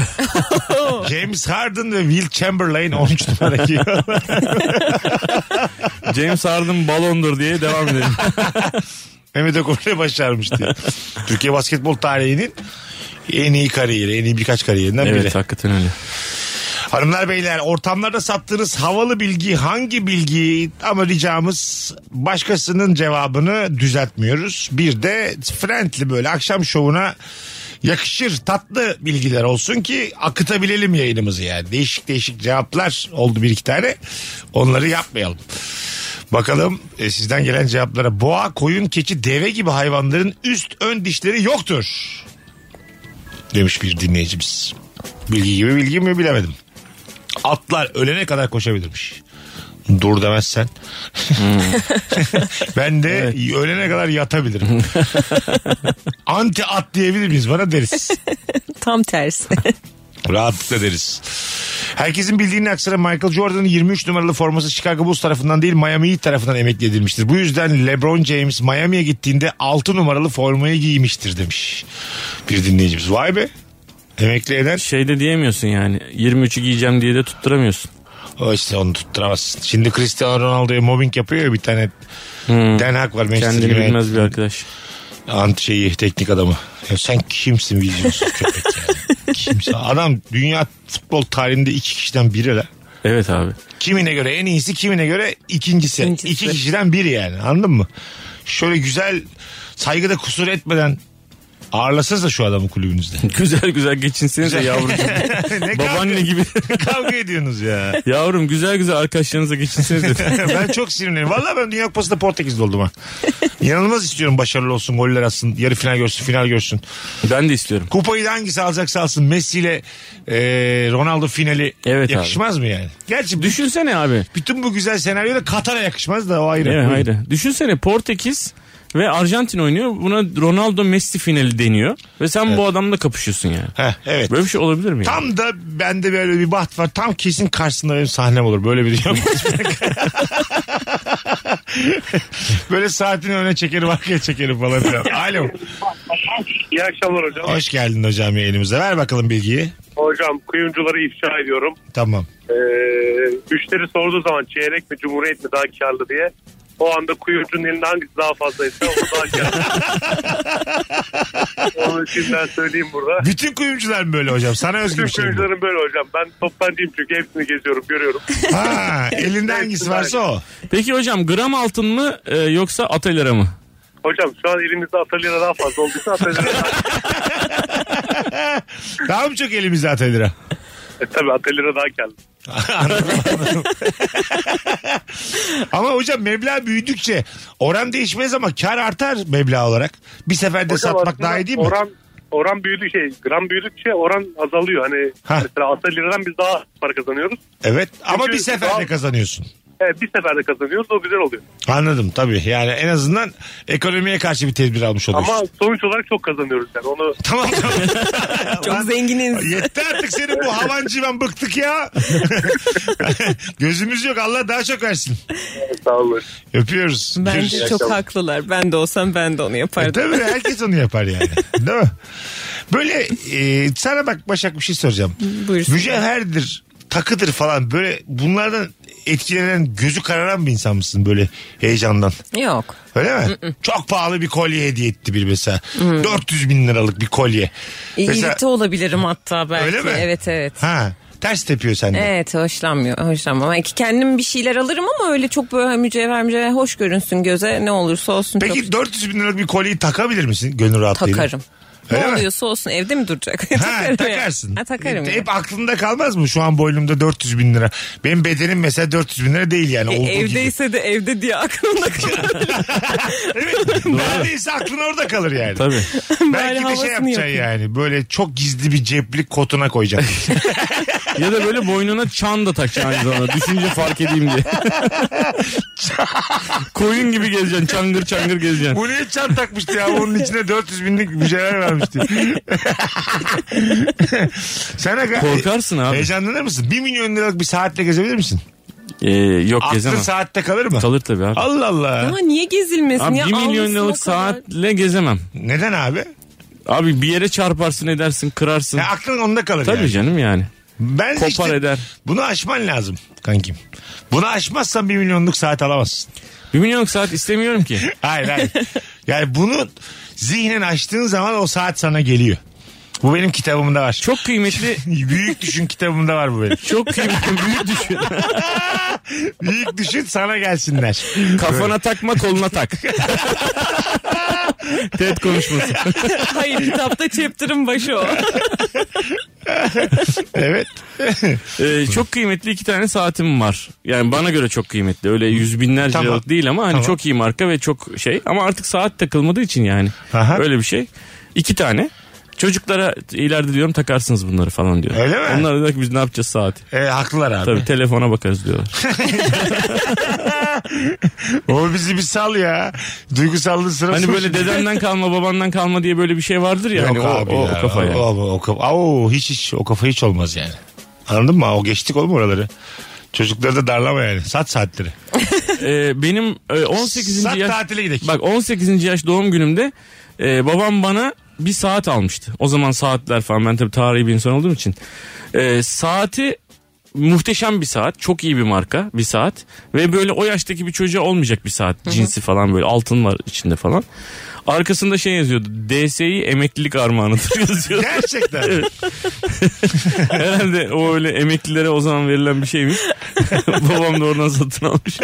James Harden ve Will Chamberlain on üç numara giyiyor. James Harden balondur diye devam edelim. Mehmet Okur'la başarmış diye. Türkiye basketbol tarihinin en iyi kariyeri, en iyi birkaç kariyerinden biri. Evet, hakikaten öyle. Hanımlar beyler, ortamlarda sattığınız havalı bilgi hangi bilgi, ama ricamız başkasının cevabını düzeltmiyoruz. Bir de friendly, böyle akşam şovuna yakışır tatlı bilgiler olsun ki akıtabilelim yayınımızı yani. Değişik değişik cevaplar oldu bir iki tane, onları yapmayalım. Bakalım e, sizden gelen cevaplara. Boğa, koyun, keçi, deve gibi hayvanların üst ön dişleri yoktur demiş bir dinleyicimiz. Bilgi gibi bilgi mi bilemedim. Atlar ölene kadar koşabilirmiş. Dur demezsen. Hmm. Ben de evet, ölene kadar yatabilirim. Anti at diyebilir miyiz? Bana deriz. Tam tersi. Rahatlıkla deriz. Herkesin bildiğinin aksine Michael Jordan'ın yirmi üç numaralı forması Chicago Bulls tarafından değil, Miami Heat tarafından emekli edilmiştir. Bu yüzden LeBron James Miami'ye gittiğinde altı numaralı formayı giymiştir demiş bir dinleyicimiz. Vay be. Emekli eden. Şey de diyemiyorsun yani. yirmi üçü giyeceğim diye de tutturamıyorsun. O işte onu tutturamazsın. Şimdi Cristiano Ronaldo'ya mobbing yapıyor ya bir tane. Hmm. Den Hag var. Kendini Manchester bilmez bir arkadaş. Anti şeyi, teknik adamı. Ya sen kimsin vizyonsuz köpek yani. Kimsin? Adam dünya futbol tarihinde iki kişiden biri la. Evet abi. Kimine göre en iyisi, kimine göre ikincisi. İkincisi. İki kişiden biri yani, anladın mı? Şöyle güzel, saygıda kusur etmeden ağırlasanız da şu adamı kulübünüzde. Güzel güzel geçinseniz de yavrucuğum. Babaanne gibi. Kavga ediyorsunuz ya. Yavrum güzel güzel arkadaşlarınızla geçinseniz de. Ben çok sinirliyim. Valla ben Dünya Kupası'nda Portekiz'de oldum ha. İnanılmaz istiyorum başarılı olsun, goller atsın, yarı final görsün, final görsün. Ben de istiyorum. Kupayı da hangisi alacaksa alsın. Messi ile e, Ronaldo finali evet yakışmaz abi mı yani? Gerçi düşünsene abi. Bütün bu güzel senaryoda Katar'a yakışmaz da o ayrı. Evet, ayrı. Düşünsene Portekiz ve Arjantin oynuyor. Buna Ronaldo Messi finali deniyor. Ve sen evet, bu adamla kapışıyorsun yani. Heh, evet. Böyle bir şey olabilir mi? Tam yani? da bende böyle bir baht var. Tam kesin karşısında benim sahnem olur. Böyle bir şey. Böyle saatini öne çekerim, arkaya çekerim falan. Alo. İyi akşamlar hocam. Hoş geldin hocam yayınımıza. Ver bakalım bilgiyi. Hocam kuyumcuları ifşa ediyorum. Tamam. Ee, müşteri sorduğu zaman çeyrek mi cumhuriyet mi daha karlı diye. O anda kuyumcunun elinde hangisi daha fazlaysa o daha karlı. Onu şimdiden söyleyeyim burada. Bütün kuyumcular mı böyle hocam? Sana özgü bir Bütün şey mi? kuyumcuların böyle hocam. Ben toptancıyım çünkü hepsini geziyorum, görüyorum. Ha, elinde hangisi varsa o. Peki hocam gram altın mı e, yoksa atelera mı? Hocam şu an elimizde atölyede daha fazla olduysa atölyede daha Daha mı çok elimizde atelera? e, tabii atölyede daha karlı. Anladım, anladım. Ama hocam meblağ büyüdükçe oran değişmez ama kar artar meblağ olarak. Bir seferde Hocam satmak aslında daha iyi değil mi? Oran, oran büyüdü şey gram büyüdükçe oran azalıyor. Hani Ha. mesela atölyeden biz daha para kazanıyoruz. Evet ama Çünkü bir seferde daha- kazanıyorsun. Evet bir seferde kazanıyoruz o güzel oluyor. Anladım tabii. Yani en azından ekonomiye karşı bir tedbir almış oluyorsun. Ama sonuç olarak çok kazanıyoruz yani onu. Tamam tamam. Çok Lan, zenginiz. yetti artık senin bu havancı ben bıktık ya. Gözümüz yok Allah daha çok versin. Sağ olun. Öpüyoruz. Bence Görüşürüz. çok haklılar. Ben de olsam ben de onu E, yapardım. tabii herkes onu yapar yani. Değil mi? Böyle e, sana bak Başak bir şey soracağım. Buyursun. Mücevherdir, takıdır falan böyle bunlardan etkilenen gözü kararan bir insan mısın böyle heyecandan? Yok. Öyle mi? Çok pahalı bir kolye hediye etti bir mesela. dört yüz bin liralık bir kolye. İyi Mesela- irite olabilirim hatta belki. Öyle mi? Evet evet. Ha, ters tepiyor sende. Evet hoşlanmıyor. Hoşlanmam. Belki kendim bir şeyler alırım ama öyle çok böyle mücevher mücevher hoş görünsün göze ne olursa olsun. Peki çok dört yüz bin liralık bir kolyeyi takabilir misin gönül rahatlığıyla? takarım. Öyle ne mi? oluyorsa olsun evde mi duracak? Ha, Takarım takarsın. ya. Ha, takarım. E, ya. hep aklında kalmaz mı? Şu an boynumda dört yüz bin lira. Benim bedenim mesela dört yüz bin lira değil yani. E, olduğu gibi. evdeyse de evde diye aklımda kalır. Evet. Neredeyse aklın orada kalır yani. Tabii. Bari Belki de şey havasını yapacaksın yapayım. yani. Böyle çok gizli bir ceplik kotuna koyacaksın. Ya da böyle boynuna çan da takacaksın aynı zamanda. Düşünce fark edeyim diye. Koyun gibi gezeceksin. Çangır çangır gezeceksin. Bu niye çan takmıştı ya? Onun içine dört yüz binlik mücevher vermişti. Sen aga, Korkarsın abi. heyecanlanır mısın? Bir milyon liralık bir saatle gezebilir misin? Ee, yok Aklın gezemem. saatte kalır mı? Kalır tabii abi. Allah Allah. Ama niye gezilmesin Abi ya? bir milyon Almışsın o liralık kadar. saatle gezemem. Neden abi? Abi bir yere çarparsın edersin kırarsın. Ya aklın onda kalır Tabii yani. canım yani. Ben Kopar işte eder. bunu aşman lazım kankim. Bunu aşmazsan bir milyonluk saat alamazsın. Bir milyonluk saat istemiyorum ki. Hayır hayır. Yani bunu zihnen açtığın zaman o saat sana geliyor. Bu benim kitabımda var. Çok kıymetli. Büyük düşün kitabımda var bu benim. Çok kıymetli. Büyük düşün. Büyük düşün sana gelsinler. Kafana takma koluna tak. TED konuşması. Hayır kitapta chapter'ın başı o. Evet. Ee, çok kıymetli iki tane saatim var. Yani bana göre çok kıymetli. Öyle yüz binlerce Tamam. liralık değil ama hani Tamam. çok iyi marka ve çok şey. Ama artık saat takılmadığı için yani. Aha. Öyle bir şey. İki tane. Çocuklara ileride diyorum takarsınız bunları falan diyor. Öyle mi? Onlar diyor ki biz ne yapacağız saati? E, haklılar abi. Tabii telefona bakarız diyorlar. O bizi bir sal ya. Duygusallığı sırası. Hani böyle dedenden kalma babandan kalma diye böyle bir şey vardır ya. Yok hani o, abi o, ya. o kafa yani. O, o, o, kafa. Oo, hiç hiç o kafa hiç olmaz yani. Anladın mı? O geçtik oğlum oraları. Çocukları da darlama yani. Sat saatleri. Ee, benim e, on sekizinci Sat yaş... tatile gidelim. Bak on sekizinci yaş doğum günümde e, babam bana bir saat almıştı. O zaman saatler falan ben tabii tarihi bir insan olduğum için. E, saati muhteşem bir saat. Çok iyi bir marka bir saat. Ve böyle o yaştaki bir çocuğa olmayacak bir saat. Cinsi falan böyle altın var içinde falan. Arkasında şey yazıyordu. D S İ emeklilik armağanıdır yazıyordu. Gerçekten. Evet. Herhalde o öyle emeklilere o zaman verilen bir şeymiş. Babam da oradan satın almış.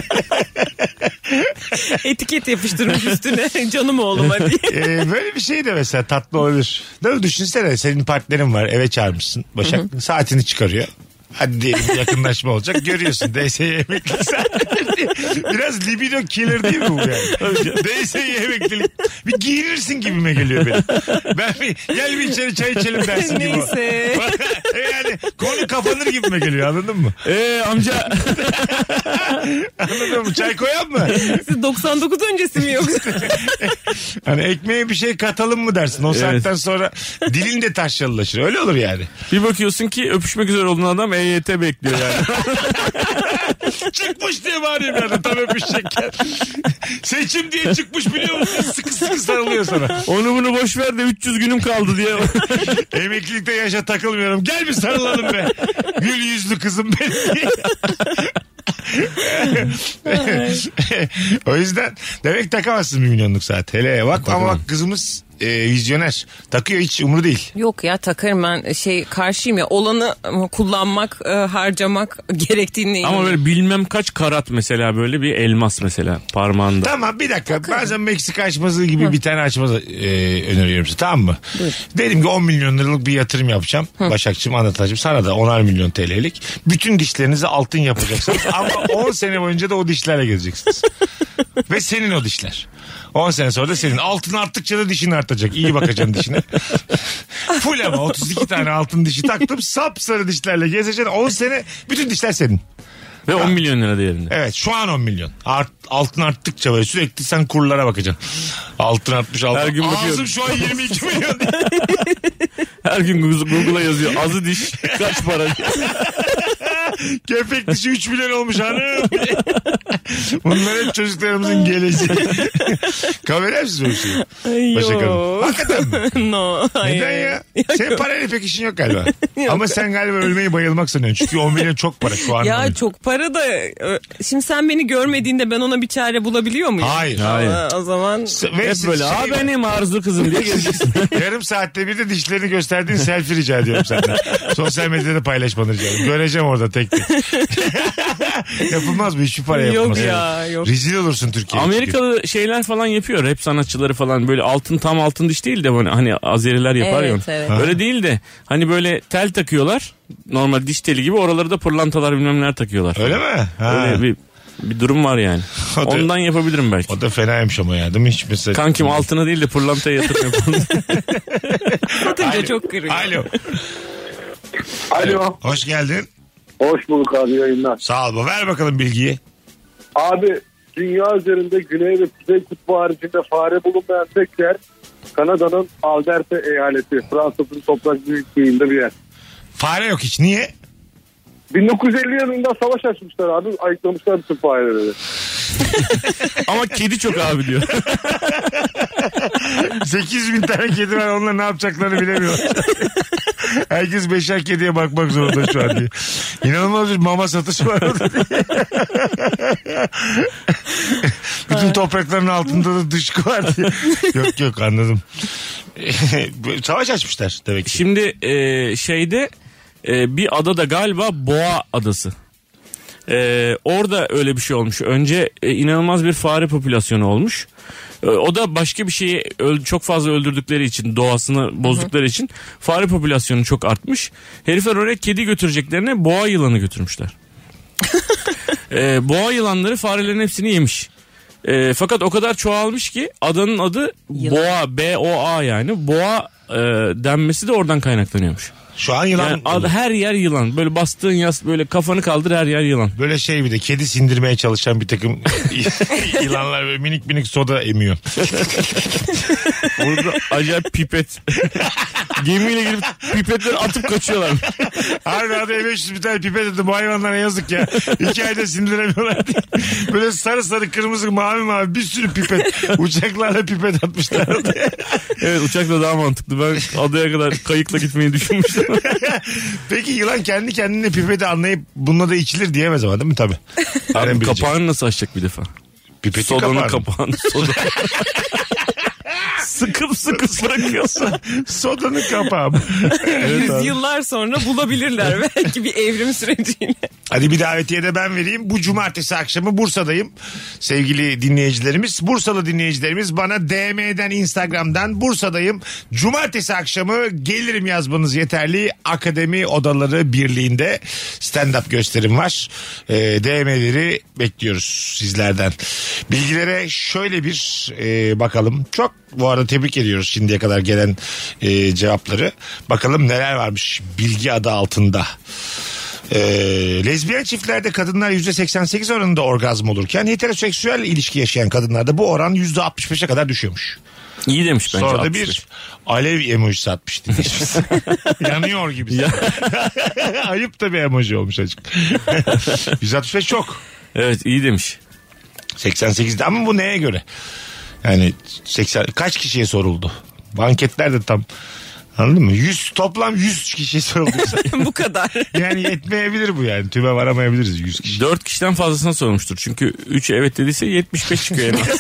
Etiket yapıştırmış üstüne canım oğluma diye. Ee, böyle bir şey de mesela tatlı olabilir. Değil mi? Düşünsene senin partnerin var eve çağırmışsın. Başak saatini çıkarıyor. Hadi diyelim yakınlaşma olacak. Görüyorsun D S İ emeklilik saatleri diye. Biraz libido killer değil mi bu yani? D S İ emeklilik. Bir giyinirsin gibime geliyor benim. Ben bir gel bir içeri çay içelim dersin gibi. Neyse. Yani konu kapanır gibime geliyor anladın mı? Eee amca. Anladın mı? Çay koyan mı? Siz doksan dokuz öncesi mi yoksa? Hani ekmeğe bir şey katalım mı dersin? O Evet. saatten sonra dilin de taş yalılaşır. Öyle olur yani. Bir bakıyorsun ki öpüşmek üzere olduğun adam E Y T bekliyor yani. Çıkmış diye bağırıyor bir anda tam öpüşecekken. Seçim diye çıkmış biliyor musun? Sıkı sıkı sarılıyor sana. Onu bunu boş ver de üç yüz günüm kaldı diye. Emeklilikte yaşa takılmıyorum. Gel bir sarılalım be. Gül yüzlü kızım benim. O yüzden demek takamazsın bir milyonluk saat. Hele bak ama bak kızımız e, vizyoner. Takıyor, hiç umru değil. Yok ya, takarım ben, şey karşıyım ya, olanı kullanmak, e, harcamak gerektiğine Ama böyle bilmem kaç karat mesela, böyle bir elmas mesela parmağında. Tamam bir dakika, takarım. Bazen Meksika açması gibi Hı. bir tane açma e, öneriyorum size, tamam mı? Buyur. Dedim ki on milyon liralık bir yatırım yapacağım. Hı. Başakçığım, anlatacağım sana da onar milyon T L'lik. Bütün dişlerinizi altın yapacaksınız ama on sene boyunca da o dişlerle gezeceksiniz. Ve senin o dişler. on sene sonra da senin. Altın arttıkça da dişin artacak. İyi bakacaksın dişine. Full ama otuz iki tane altın dişi taktım. Sapsarı dişlerle gezeceksin. on sene bütün dişler senin. Ve on milyon lira değerinde. Evet, şu an on milyon. Art, altın arttıkça böyle sürekli sen kurlara bakacaksın. Altın artmış, altın. Her gün Ağzım bakıyorum. şu an yirmi iki milyon. Her gün Google'a yazıyor. Azı diş kaç para? Köpek dişi üç milyon olmuş hanım. Bunlar hep çocuklarımızın geleceği. Kabul eder misiniz öyle şeyi? Başak Hanım. Hakikaten mi? No. Neden ya? Senin parayla pek işin yok galiba. Yok. Ama sen galiba ölmeyi bayılmak sanıyorsun. Çünkü on milyon çok para şu an. Ya oyun. çok para da, şimdi sen beni görmediğinde ben ona bir çare bulabiliyor muyum? Hayır. Hayır. Aa, o zaman Ve hep böyle şey, aa benim arzu kızım diye gezeceksin. yarım saatte bir de dişlerini gösterdiğin selfie rica ediyorum senden. Sosyal medyada paylaşmanı rica ediyorum. Göreceğim orada tek tek. Yapılmaz mı? Hiçbir para yapılmaz. Yok ya, yok. Rezil olursun Türkiye'ye. Amerikalı çünkü. Şeyler falan yapıyor. Rap sanatçıları falan böyle altın, tam altın diş değil de böyle hani Azeriler yapar evet, ya. Evet. Öyle değil de hani böyle tel takıyorlar. Normal diş teli gibi, oraları da pırlantalar bilmem neler takıyorlar. Öyle mi? Ha. Öyle bir bir durum var yani. O da, ondan yapabilirim belki. O da fenaymış ama ya, değil mi? Hiç mesela... Kankim altına değil de pırlantaya yatırım yapalım. Satınca çok kırıyor. Alo. Alo. Hoş geldin. Hoş bulduk abi, yayınlar. Sağ ol. Ver bakalım bilgiyi. Abi dünya üzerinde Güney ve Kuzey Kutbu haricinde fare bulunmayan tek yer Kanada'nın Alberta eyaleti. Fransa'nın toprak büyüklüğünde bir yer. Fare yok hiç. Niye? bin dokuz yüz elli yılında savaş açmışlar abi. Ayıklamışlar bütün fareleri. Ama kedi çok abi diyor. sekiz bin tane kedi var, onlar ne yapacaklarını bilemiyorlar. Herkes beşer kediye bakmak zorunda şu an diye. İnanılmaz bir mama satışı var orada diye. Bütün toprakların altında da dışkı var diye. Yok yok, anladım. Savaş açmışlar demek ki. Şimdi e, şeyde e, bir adada galiba Boğa Adası. Ee, orada öyle bir şey olmuş. Önce e, inanılmaz bir fare popülasyonu olmuş. E, o da başka bir şeyi öl- çok fazla öldürdükleri için, doğasını bozdukları Hı-hı. için fare popülasyonu çok artmış. Herifler oraya kedi götüreceklerine boğa yılanı götürmüşler. e, boğa yılanları farelerin hepsini yemiş. E, fakat o kadar çoğalmış ki adanın adı Yılan. Boğa, B O A yani. Boğa e, denmesi de oradan kaynaklanıyormuş. Şu an yılan. Yani ad, her yer yılan. Böyle bastığın yas, böyle kafanı kaldır, her yer yılan. Böyle şey, bir de kedi sindirmeye çalışan bir takım yılanlar böyle minik minik soda emiyor. Burada acayip pipet. Gemiyle girip pipetleri atıp kaçıyorlar. Harbi hadi beş yüz bir tane pipet dedi, bu hayvanlara yazık ya. İki ayda sindiremiyorlar diye. Böyle sarı sarı kırmızı mavi mavi bir sürü pipet. Uçaklarla pipet atmışlar. Evet, uçakla daha mantıklı. Ben adaya kadar kayıkla gitmeyi düşünmüştüm. Peki yılan kendi kendine pipeti anlayıp bununla da içilir diyemez ama, değil mi? Tabii. Abi kapağını nasıl açacak bir defa? Pipetin Sodanın kapağını. kapağını. Soda. Sıkıp sıkıp bırakıyorsun. Sodanın kapağı. Evet, yüzyıllar sonra bulabilirler belki bir evrim süreciyle. Hadi bir davetiye de ben vereyim. Bu cumartesi akşamı Bursa'dayım. Sevgili dinleyicilerimiz, Bursalı dinleyicilerimiz bana D M'den, Instagram'dan Bursa'dayım. Cumartesi akşamı gelirim yazmanız yeterli. Akademi Odaları Birliği'nde stand-up gösterim var. E, D M'leri bekliyoruz sizlerden. Bilgilere şöyle bir e, bakalım. Çok bu arada tebrik ediyoruz şimdiye kadar gelen e, cevapları. Bakalım neler varmış bilgi adı altında. Ee, lezbiyen çiftlerde kadınlar yüzde seksen sekiz oranında orgazm olurken heteroseksüel ilişki yaşayan kadınlarda bu oran yüzde altmış beşe kadar düşüyormuş. İyi demiş bence. Sonra da altmış beş. bir alev emojisi atmış dinleyicimiz. Yanıyor gibi. Ayıp da bir emoji olmuş açık. yüz altmış beş çok. Evet, iyi demiş. seksen sekizde ama bu neye göre? Yani seksen kaç kişiye soruldu? Anketler de tam, anladın mı? yüz toplam yüz kişiye sorulduysa. Bu kadar. Yani yetmeyebilir bu yani. Tüme varamayabiliriz yüz kişi. dört kişiden fazlasına sormuştur. Çünkü üç evet dediyse yetmiş beş çıkıyor en az.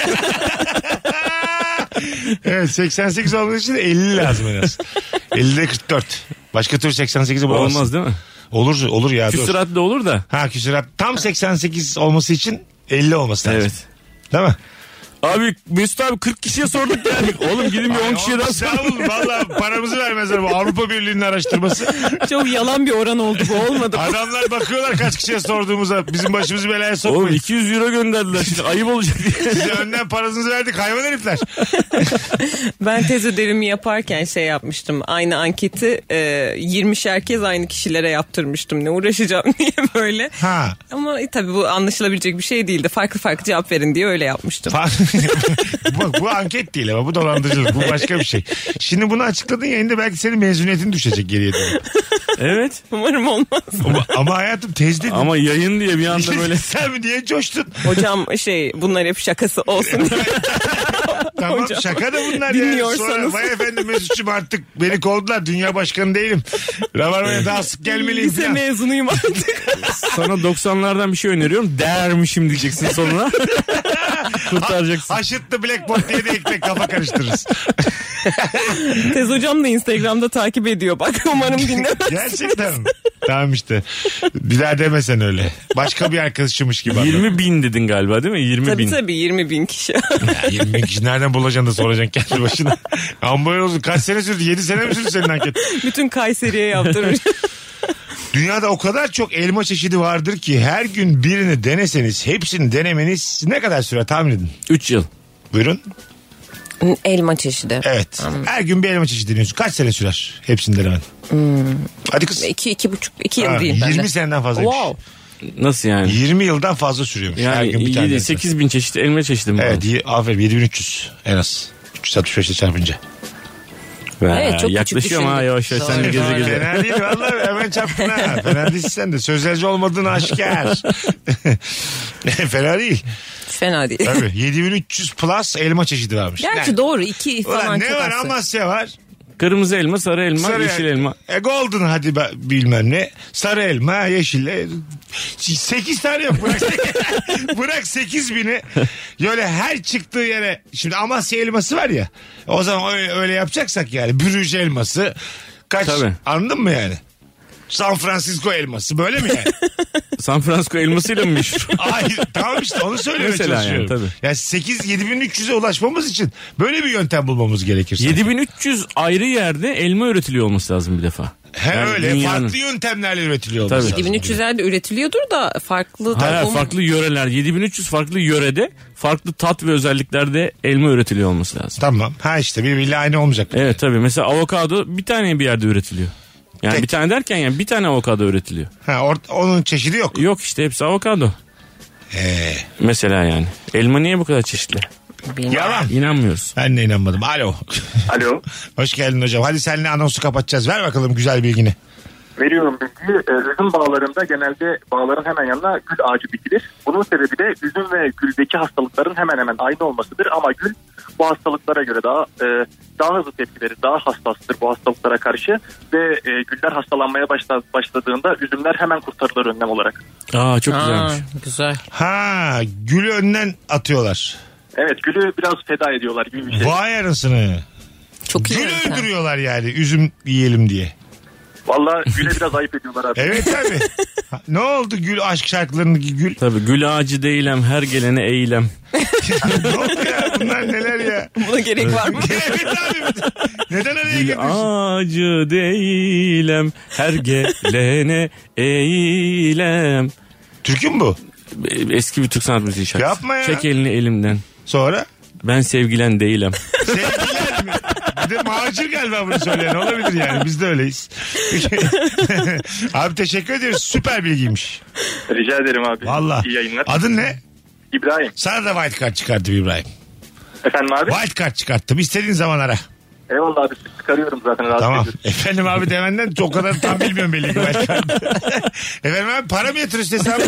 Evet, seksen sekiz olduğu için elli lazım en az. ellide kırk dört. Başka türlü seksen sekize bulamazsın. Olmaz değil mi? Olur olur ya. Küsuratlı olur da. Ha, küsurat. Tam seksen sekiz olması için elli olması lazım. Evet. Değil mi? Abi Mesut abi kırk kişiye sorduk yani. Oğlum gidin bir on kişiye daha sorun. Valla paramızı vermezler bu Avrupa Birliği'nin araştırması. Çok yalan bir oran oldu bu, olmadı. Adamlar bakıyorlar kaç kişiye sorduğumuza, bizim başımızı belaya sokmayın. Oğlum iki yüz euro gönderdiler şimdi, ayıp olacak diye. Size önden paranızı verdik hayvan herifler. Ben tez ödevimi yaparken şey yapmıştım. Aynı anketi e, yirmişer kez aynı kişilere yaptırmıştım. Ne uğraşacağım diye böyle. Ha. Ama e, tabii bu anlaşılabilecek bir şey değildi. Farklı farklı cevap verin diye öyle yapmıştım. Bak, bu anket değil ama bu dolandırıcılık, bu başka bir şey. Şimdi bunu açıkladın yayında, belki senin mezuniyetin düşecek geriye dönüp. Evet. Umarım olmaz. Ama, ama hayatım tez dedin. Ama yayın diye bir anda böyle. Sen mi diye coştun? Hocam şey, bunlar hep şakası olsun diye. Tamam Hocam, şaka da bunlar ya. dinliyorsanız. Sonra vay efendim Mesut'cum artık beni kovdular, dünya başkanı değilim. Rabarba'ya daha sık gelmeliyim Lise falan. mezunuyum artık. Sana doksanlardan bir şey öneriyorum. Dermişim diyeceksin sonra. Kurtaracaksın. Haşıttı Blackboard diye de ekmek, kafa karıştırırız. Tez hocam da Instagram'da takip ediyor. Bak umarım dinlemez. Gerçekten mi? Tamam işte. Bir daha demesen öyle. Başka bir arkadaşımış gibi. yirmi bin dedin galiba değil mi? yirmi Tabii bin. tabii yirmi bin kişi. Ya yirmi bin kişi nereden bulacaksın da soracaksın kendi başına. Ama böyle oldu. Kaç sene sürdü? yedi sene mi sürdü senin anket? Bütün Kayseri'ye yaptırmış. Dünyada o kadar çok elma çeşidi vardır ki her gün birini deneseniz hepsini denemeniz ne kadar süre tahmin edin? üç yıl. Buyurun. Elma çeşidi. Evet. Her gün bir elma çeşidi deniyorsun. Kaç sene sürer hepsini denemen? Hmm. Hadi kız. İki, iki buçuk, iki Ha, yıl diyeyim ben de. yirmi seneden fazlaymış. Wow. Nasıl yani? yirmi yıldan fazla sürüyormuş. Her Yani gün bir tane yedi, denesen. sekiz bin çeşit elma çeşidi mi? Evet, y- aferin, yedi bin üç yüz en az. üç yüz altmış beşle çarpınca. Evet, çok küçük yaklaşıyorum ha düşündüm. yavaş yavaş sen de geze geze. Fena değil vallahi, hemen çarptın ha. Fena değilsin sen de. Sözelci olmadığın aşikar. Fena değil. Fena değil. Tabii. yedi bin üç yüz plus elma çeşidi varmış. Gerçi Yani, doğru, iki falan ulan ne çok var? az. Amasya var. Kırmızı elma, sarı elma, Sarı yeşil elma. E, golden hadi be, bilmem ne. Sarı elma, yeşil. E, sekiz tane yok. Bırak, bırak sekiz bini. Böyle her çıktığı yere. Şimdi Amasya elması var ya. O zaman öyle, öyle yapacaksak yani. Brüj elması. Kaç? Tabii. Anladın mı yani? San Francisco elması. Böyle mi yani? San Francisco elmasıyla mı meşhur? Hayır, tamam işte onu söylemeye Mesela yani, çalışıyorum. tabii. Yani sekiz yedi bin üç yüze ulaşmamız için böyle bir yöntem bulmamız gerekir. yedi bin üç yüz ayrı yerde elma üretiliyor olması lazım bir defa. He Yani öyle dünyanın- farklı yöntemlerle üretiliyor. Tabii. olması yedi bin üç lazım. yüzlerde üretiliyordur da farklı. Hayır, tohum- farklı yöreler, yedi bin üç yüz farklı yörede farklı tat ve özelliklerde elma üretiliyor olması lazım. Tamam. Ha işte birbiriyle aynı olmayacak. Evet tabii, mesela avokado bir tane bir yerde üretiliyor. Yani Tek. bir tane derken yani bir tane avokado üretiliyor. Ha, or- onun çeşidi yok. Yok işte, hepsi avokado. Ee, Mesela yani. Elma niye bu kadar çeşitli? yalan. İnanmıyoruz. Ben de inanmadım. Alo. Alo. Hoş geldin hocam. Hadi seninle anonsu kapatacağız. Ver bakalım güzel bilgini. Veriyorum bilgiyi. Ee, üzüm bağlarında genelde bağların hemen yanına gül ağacı dikilir. Bunun sebebi de üzüm ve güldeki hastalıkların hemen hemen aynı olmasıdır. Ama gül bu hastalıklara göre daha e, daha hızlı tepki verir, daha hassastır bu hastalıklara karşı. Ve e, güller hastalanmaya başla, başladığında üzümler hemen kurtarılır önlem olarak. Aa çok Aa, güzelmiş. güzel. Ha, gülü önden atıyorlar. Evet, gülü biraz feda ediyorlar gibi bir şey. Vay arasını. Çok iyi. Gül yöntem. öldürüyorlar yani üzüm yiyelim diye. Valla güle biraz ayıp ediyorlar abi. Evet abi. Ha, ne oldu gül aşk şarkılarındaki gül? Tabii, gül ağacı değilem, her gelene eylem. Ne oldu ya, bunlar neler ya? Buna gerek var mı? Evet abi. Neden araya Gül giriyorsun? ağacı değilem, her gelene eylem. Türkü mü bu? Eski bir Türk sanat müziği şarkısı. Yapma ya. Çek elini elimden. Sonra? Ben sevgilen değilim. Sevgiler mi? Bir Bir de macir galiba bunu söyleyen olabilir yani. Biz de öyleyiz. Abi teşekkür ediyoruz. Süper bilgiymiş. Rica ederim abi. Valla. İyi yayınlar. Adın ne? İbrahim. Sana da white card çıkarttım İbrahim. Efendim abi? White card çıkarttım. İstediğin zaman ara. Eyvallah abi, çıkarıyorum zaten. Tamam. Efendim abi demenden o kadar tam bilmiyorum belli ki. Efendim abi para mı yatırıyorsun hesabı?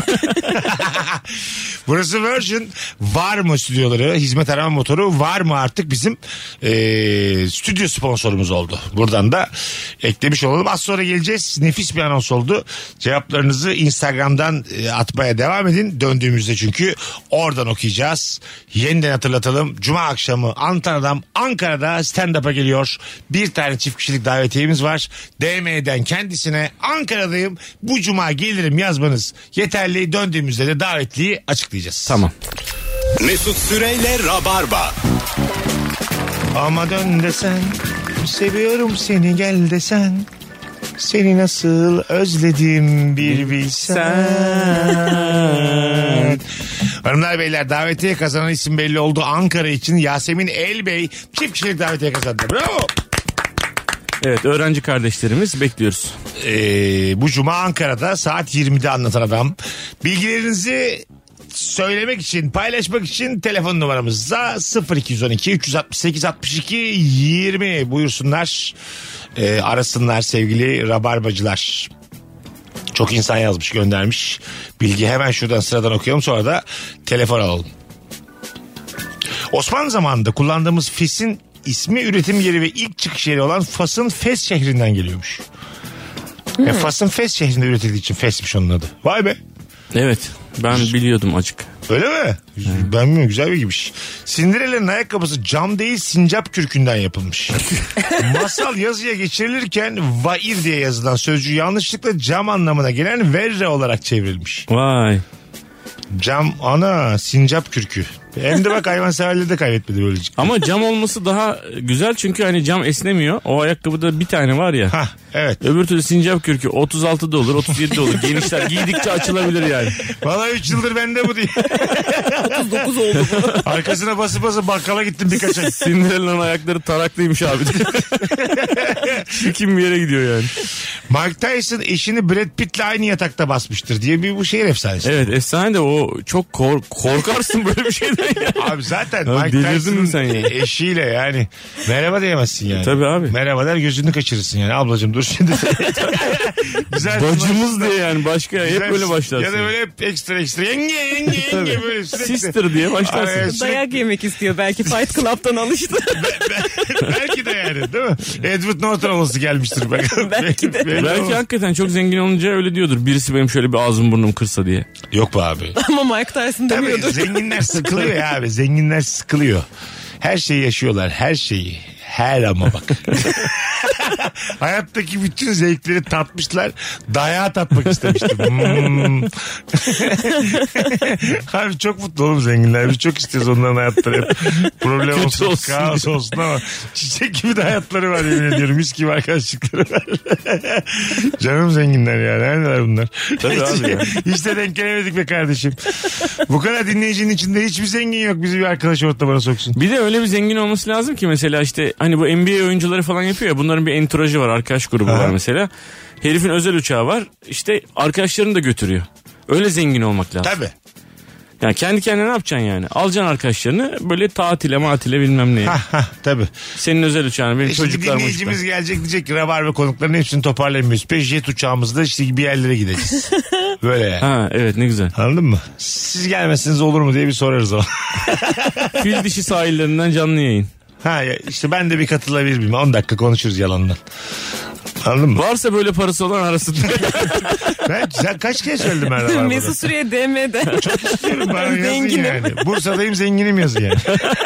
Burası Virgin. Var mı stüdyoları? Hizmet arama motoru var mı artık bizim e, stüdyo sponsorumuz oldu. Buradan da eklemiş olalım. Az sonra geleceğiz. Nefis bir anons oldu. Cevaplarınızı Instagram'dan e, atmaya devam edin. Döndüğümüzde çünkü oradan okuyacağız. Yeniden hatırlatalım. Cuma akşamı Antalya'dan Ankara'da stand-up'a geliyor. Bir tane çift kişilik davetiyemiz var. D M'den kendisine Ankara'dayım, bu cuma gelirim yazmanız yeterli. Döndüğümüzde de davetliyi açıklayacağız. Tamam. Mesut Süreyle Rabarba. Ama dön desen, seviyorum seni gel desen, seni nasıl özledim bir bilsen. Hanımlar beyler, davetiye kazanan isim belli oldu. Ankara için Yasemin Elbey çift kişilik davetiye kazandı. Bravo. Evet, öğrenci kardeşlerimiz bekliyoruz. Ee, bu cuma Ankara'da saat yirmide Anlatan Adam. Bilgilerinizi söylemek için, paylaşmak için telefon numaramızda sıfır iki on iki üç altı sekiz altmış iki yirmi buyursunlar. Ee, arasınlar sevgili rabarbacılar. Çok insan yazmış, göndermiş. Bilgi hemen şuradan sıradan okuyalım, sonra da telefon alalım. Osmanlı zamanında kullandığımız Fes'in ismi üretim yeri ve ilk çıkış yeri olan Fas'ın Fes şehrinden geliyormuş. Hmm. Yani Fas'ın Fes şehrinde üretildiği için Fes'miş onun adı. Vay be. Evet, ben biliyordum açık. Öyle mi? Hmm. Ben bilmiyorum, güzel bir gibiymiş. Cinderella'nın ayakkabısı cam değil sincap kürkünden yapılmış. Masal yazıya geçirilirken vair diye yazılan sözcüğü yanlışlıkla cam anlamına gelen verre olarak çevrilmiş. Vay. Cam ana sincap kürkü. Hem de bak hayvanseverleri de kaybetmedi böylece. Ama cam olması daha güzel çünkü hani cam esnemiyor. O ayakkabıda bir tane var ya. Hah, evet. Öbür türlü sincap kürkü otuz altıda olur, otuz yedide olur. Genişler, giydikçe açılabilir yani. Vallahi üç yıldır bende bu diye. otuz dokuz oldu bu. Arkasına basıp basıp bakkala gittim birkaç ay. Cinderella'nın ayakları taraklıymış abi. Kim bir yere gidiyor yani. Mike Tyson eşini Brad Pitt'le aynı yatakta basmıştır diye bir bu şehir efsanesi. Evet, efsane de o çok kor- korkarsın böyle bir şeyden ya. Abi zaten abi Mike Tyson'ın sen ya? eşiyle yani merhaba diyemezsin yani. Tabii abi. Merhaba der, gözünü kaçırırsın yani. Ablacığım dur şimdi. Güzel bacımız diye yani, başka güzel, hep böyle başlarsın. Ya da böyle hep ekstra ekstra yenge yenge yenge böyle sürekli. Sister diye başlarsın. Ay, sürekli... Dayak yemek istiyor belki, Fight Club'tan alıştı. Belki de yani, değil mi? Edward Norton olası gelmiştir. Belki de. Belki, belki hakikaten çok zengin olunca öyle diyordur. Birisi benim şöyle bir ağzım burnum kırsa diye. Yok be abi. Ama Mike Tyson demiyordur. Tabii zenginler sıkılıyor ya abi. Zenginler sıkılıyor. Her şeyi yaşıyorlar. Her şeyi. Her ama bak. Hayattaki bütün zevkleri tatmışlar. Dayağı tatmak istemiştim. Hmm. Abi çok mutlu oğlum zenginler. Biz çok istiyoruz onların hayatları hep. Problem Kötü olsun, olsun kaos diye. olsun ama çiçek gibi de hayatları var, yemin ediyorum. Mis gibi arkadaşlıkları var. Canım zenginler ya. Neredeler bunlar? Tabii abi ya. Hiç de denk gelemedik be kardeşim. Bu kadar dinleyicinin içinde hiçbir zengin yok. Bizi bir arkadaş ortamına soksun. Bir de öyle bir zengin olması lazım ki mesela işte hani bu N B A oyuncuları falan yapıyor ya, bunların bir entourajı var, arkadaş grubu Aha. var mesela. Herifin özel uçağı var, işte arkadaşlarını da götürüyor. Öyle zengin olmak lazım. Tabii. Yani kendi kendine ne yapacaksın yani? Alacaksın arkadaşlarını böyle tatile matile bilmem neye. Ha ha tabii. Senin özel uçağın, benim E şimdi çocuklar dinleyicimiz çocuklar. gelecek, diyecek ki Rabarba konuklarının hepsini toparlayamıyoruz. Peş jet uçağımızda işte bir yerlere gideceğiz. Böyle yani. Ha evet, ne güzel. Anladın mı? Siz gelmezseniz olur mu diye bir sorarız o. Fil dişi sahillerinden canlı yayın. Ha ya işte ben de bir katılabilir miyim? on dakika konuşuruz yalandan. Anladın mı? Varsa böyle parası olan arasında. Ben sen kaç kere söyledim ben Rabarba'da? Mesut Süre'ye D M'den. Çok istiyorum, bana yazın Zenginim. yani. Bursa'dayım zenginim yazın yani.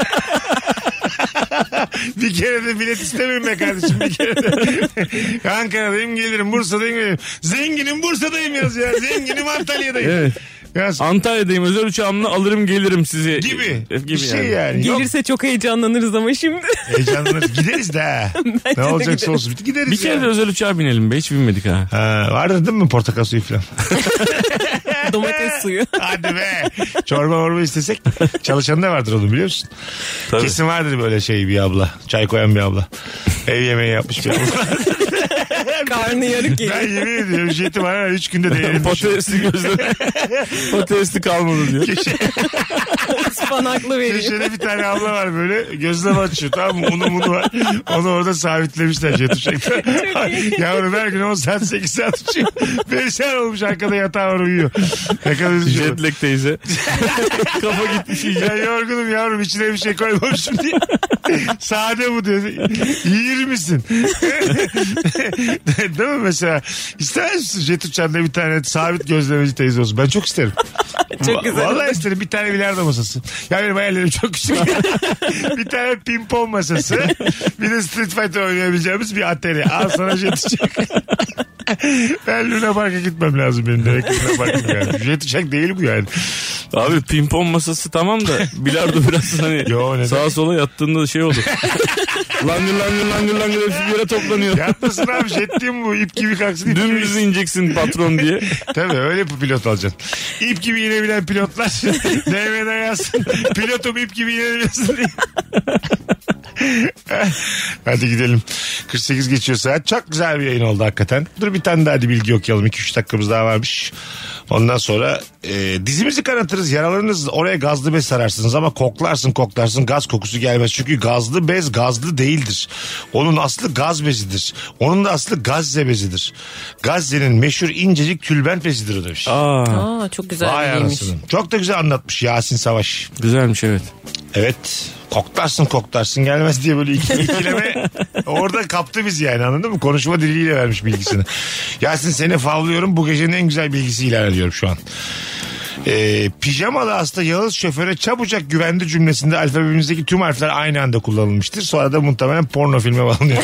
Bir kere de bilet istemeyin be kardeşim, bir kere de. Ankara'dayım gelirim, Bursa'dayım gelirim. Zenginim Bursa'dayım yaz ya. Zenginim Antalya'dayım. Evet. Yaz. Antalya'dayım, özel uçağımla alırım gelirim sizi. Gibi. Gibi bir şey yani. Yok. Gelirse çok heyecanlanırız ama şimdi. Heyecanlanırız. Gideriz de ha. Ne de olacaksa gideriz. olsun. Gideriz Bir kere ya. de özel uçağa binelim be, hiç binmedik ha. Ha, vardı değil mi portakal suyu falan? Domates suyu. Hadi be. Çorba morba istesek çalışanı da vardır onu biliyor musun? Tabii. Kesin vardır böyle şey bir abla. Çay koyan bir abla. Ev yemeği yapmış bir abla. Karnı yarık Ben yedi. yemin ediyorum jeti var. Üç günde değerini Patatesli gözleme. Patatesli kalmadı diyor. Ispanaklı veriyor. Köşede bir tane abla var böyle gözlem açıyor tamam mı? Unu munu var. Onu orada sabitlemişler jet uçakta. Yavrum her gün on saat sekiz saat uçuyor. Perişan olmuş arkada yatağı var uyuyor. Ne kadar üzücü. Jetlag teyze. Kafa gitmiş iyice. Ya yorgunum yavrum içine bir şey koymamışım diye. Sade bu diyor. Yiyir misin? Değil mi mesela? İster misin jet uçağında bir tane sabit gözlemeci teyze olsun? Ben çok isterim. Çok güzel. Vallahi isterim bir tane bilardo masası. Ya benim hayallerim çok küçük. Bir tane pimpon masası. Bir de Street Fighter oynayabileceğimiz bir atölye. Al sana jet uçak. Ben Luna Park'a gitmem lazım benim. Direkt Luna Park'ım yani. Jet uçak değil bu yani. Abi pimpon masası tamam da bilardo biraz hani Yo, sağa sola yattığında şey olur. Langır langır langır langır hepsi bir yere toplanıyor. Yapmasın abi jet değil mi bu? İp gibi kalksın. ip Dümdüz gibi. ineceksin patron diye. Tabii öyle bir pilot alacaksın. İp gibi inebilen pilotlar D M'den yazsın. Pilotum ip gibi inebiliyorsun diye. Hadi gidelim. kırk sekiz geçiyor saat. Çok güzel bir yayın oldu hakikaten. Dur bir tane daha hadi bilgi okuyalım. iki üç dakikamız daha varmış. Ondan sonra e, dizimizi kanatırız. Yaralarınız oraya gazlı bez sararsınız ama koklarsın koklarsın gaz kokusu gelmez. Çünkü gazlı bez gazlı değildir. Onun aslı gaz bezidir. Onun da aslı Gazze bezidir. Gazze'nin meşhur incecik tülbent bezidir o demiş. Aa, Aa, çok güzel Vay bilgiymiş. anasını. Çok da güzel anlatmış Yasin Savaş. güzelmiş evet. Evet. Koklarsın koklarsın gelmez diye böyle iki, ikileme orada kaptı bizi yani anladın mı? Konuşma diliyle vermiş bilgisini. Yasin seni favlıyorum bu gecenin en güzel bilgisi ilan ediyorum şu an. Ee, pijamalı hasta Yağız şoföre çabucak güvendi cümlesinde alfabemizdeki tüm harfler aynı anda kullanılmıştır. Sonra da muhtemelen porno filme bağlanıyor.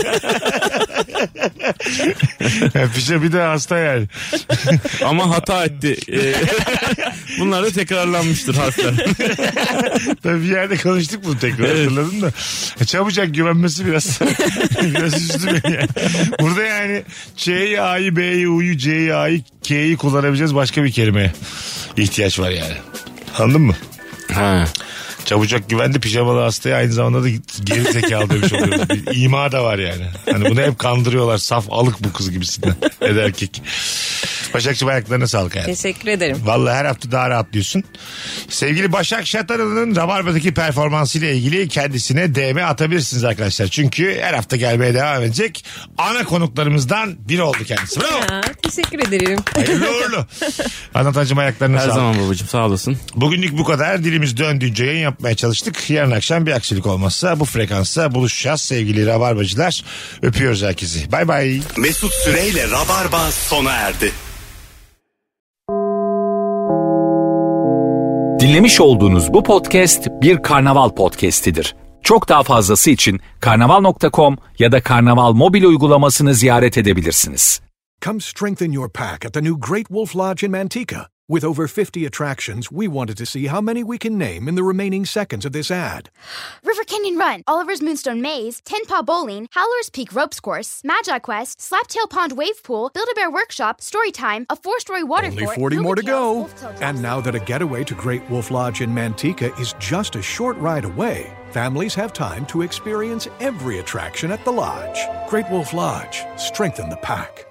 Yani pijama bir de hasta yani. Ama hata etti. Ee, bunlar da tekrarlanmıştır harfler. Tabii bir yerde konuştuk bunu tekrar Evet. hatırladım da. Çabucak güvenmesi biraz biraz üzdü beni yani. Burada yani Ç'yi, A'yı, B'yi, U'yu, C'yi, A'yı, K'yi kullanabileceğiz başka bir kelimeye ihtiyaç var yani. Anladın mı? Ha. Çabucak güvendi pijamalı hastaya aynı zamanda da geri zekalı demiş oluyoruz. Bir ima da var yani. Hani bunu hep kandırıyorlar. Saf alık bu kız gibisinden. Ne de erkek. Başakçı ayaklarına sağlık hayatım. Teşekkür ederim. Vallahi her hafta daha rahatlıyorsun. Sevgili Başak Şataralı'nın Rabarba'daki performansıyla ilgili kendisine D M atabilirsiniz arkadaşlar. Çünkü her hafta gelmeye devam edecek. Ana konuklarımızdan biri oldu kendisi. Bravo. Ya, teşekkür ederim. Hayırlı uğurlu. Anlatacım ayaklarına Her sağlık. zaman babacığım sağ olasın. Bugünlük bu kadar. Dilimiz döndüğünce yayın yapmaya çalıştık. Yarın akşam bir aksilik olmazsa bu frekansta buluşacağız sevgili Rabarbacılar. Öpüyoruz herkesi. Bay bay. Mesut Süreyle Rabarba sona erdi. Dinlemiş olduğunuz bu podcast bir karnaval podcastidir. Çok daha fazlası için karnaval nokta com ya da karnaval mobil uygulamasını ziyaret edebilirsiniz. Come strengthen your pack at the new Great Wolf Lodge in Manteca. With over fifty attractions, we wanted to see how many we can name in the remaining seconds of this ad. River Canyon Run, Oliver's Moonstone Maze, Tin Paw Bowling, Howler's Peak Ropes Course, Magi Quest, Slaptail Pond Wave Pool, Build-A-Bear Workshop, Storytime, a four-story water Only fort, forty more to Gilligan's go. Wolftail Drop. And now that a getaway to Great Wolf Lodge in Manteca is just a short ride away, families have time to experience every attraction at the lodge. Great Wolf Lodge, strengthen the pack.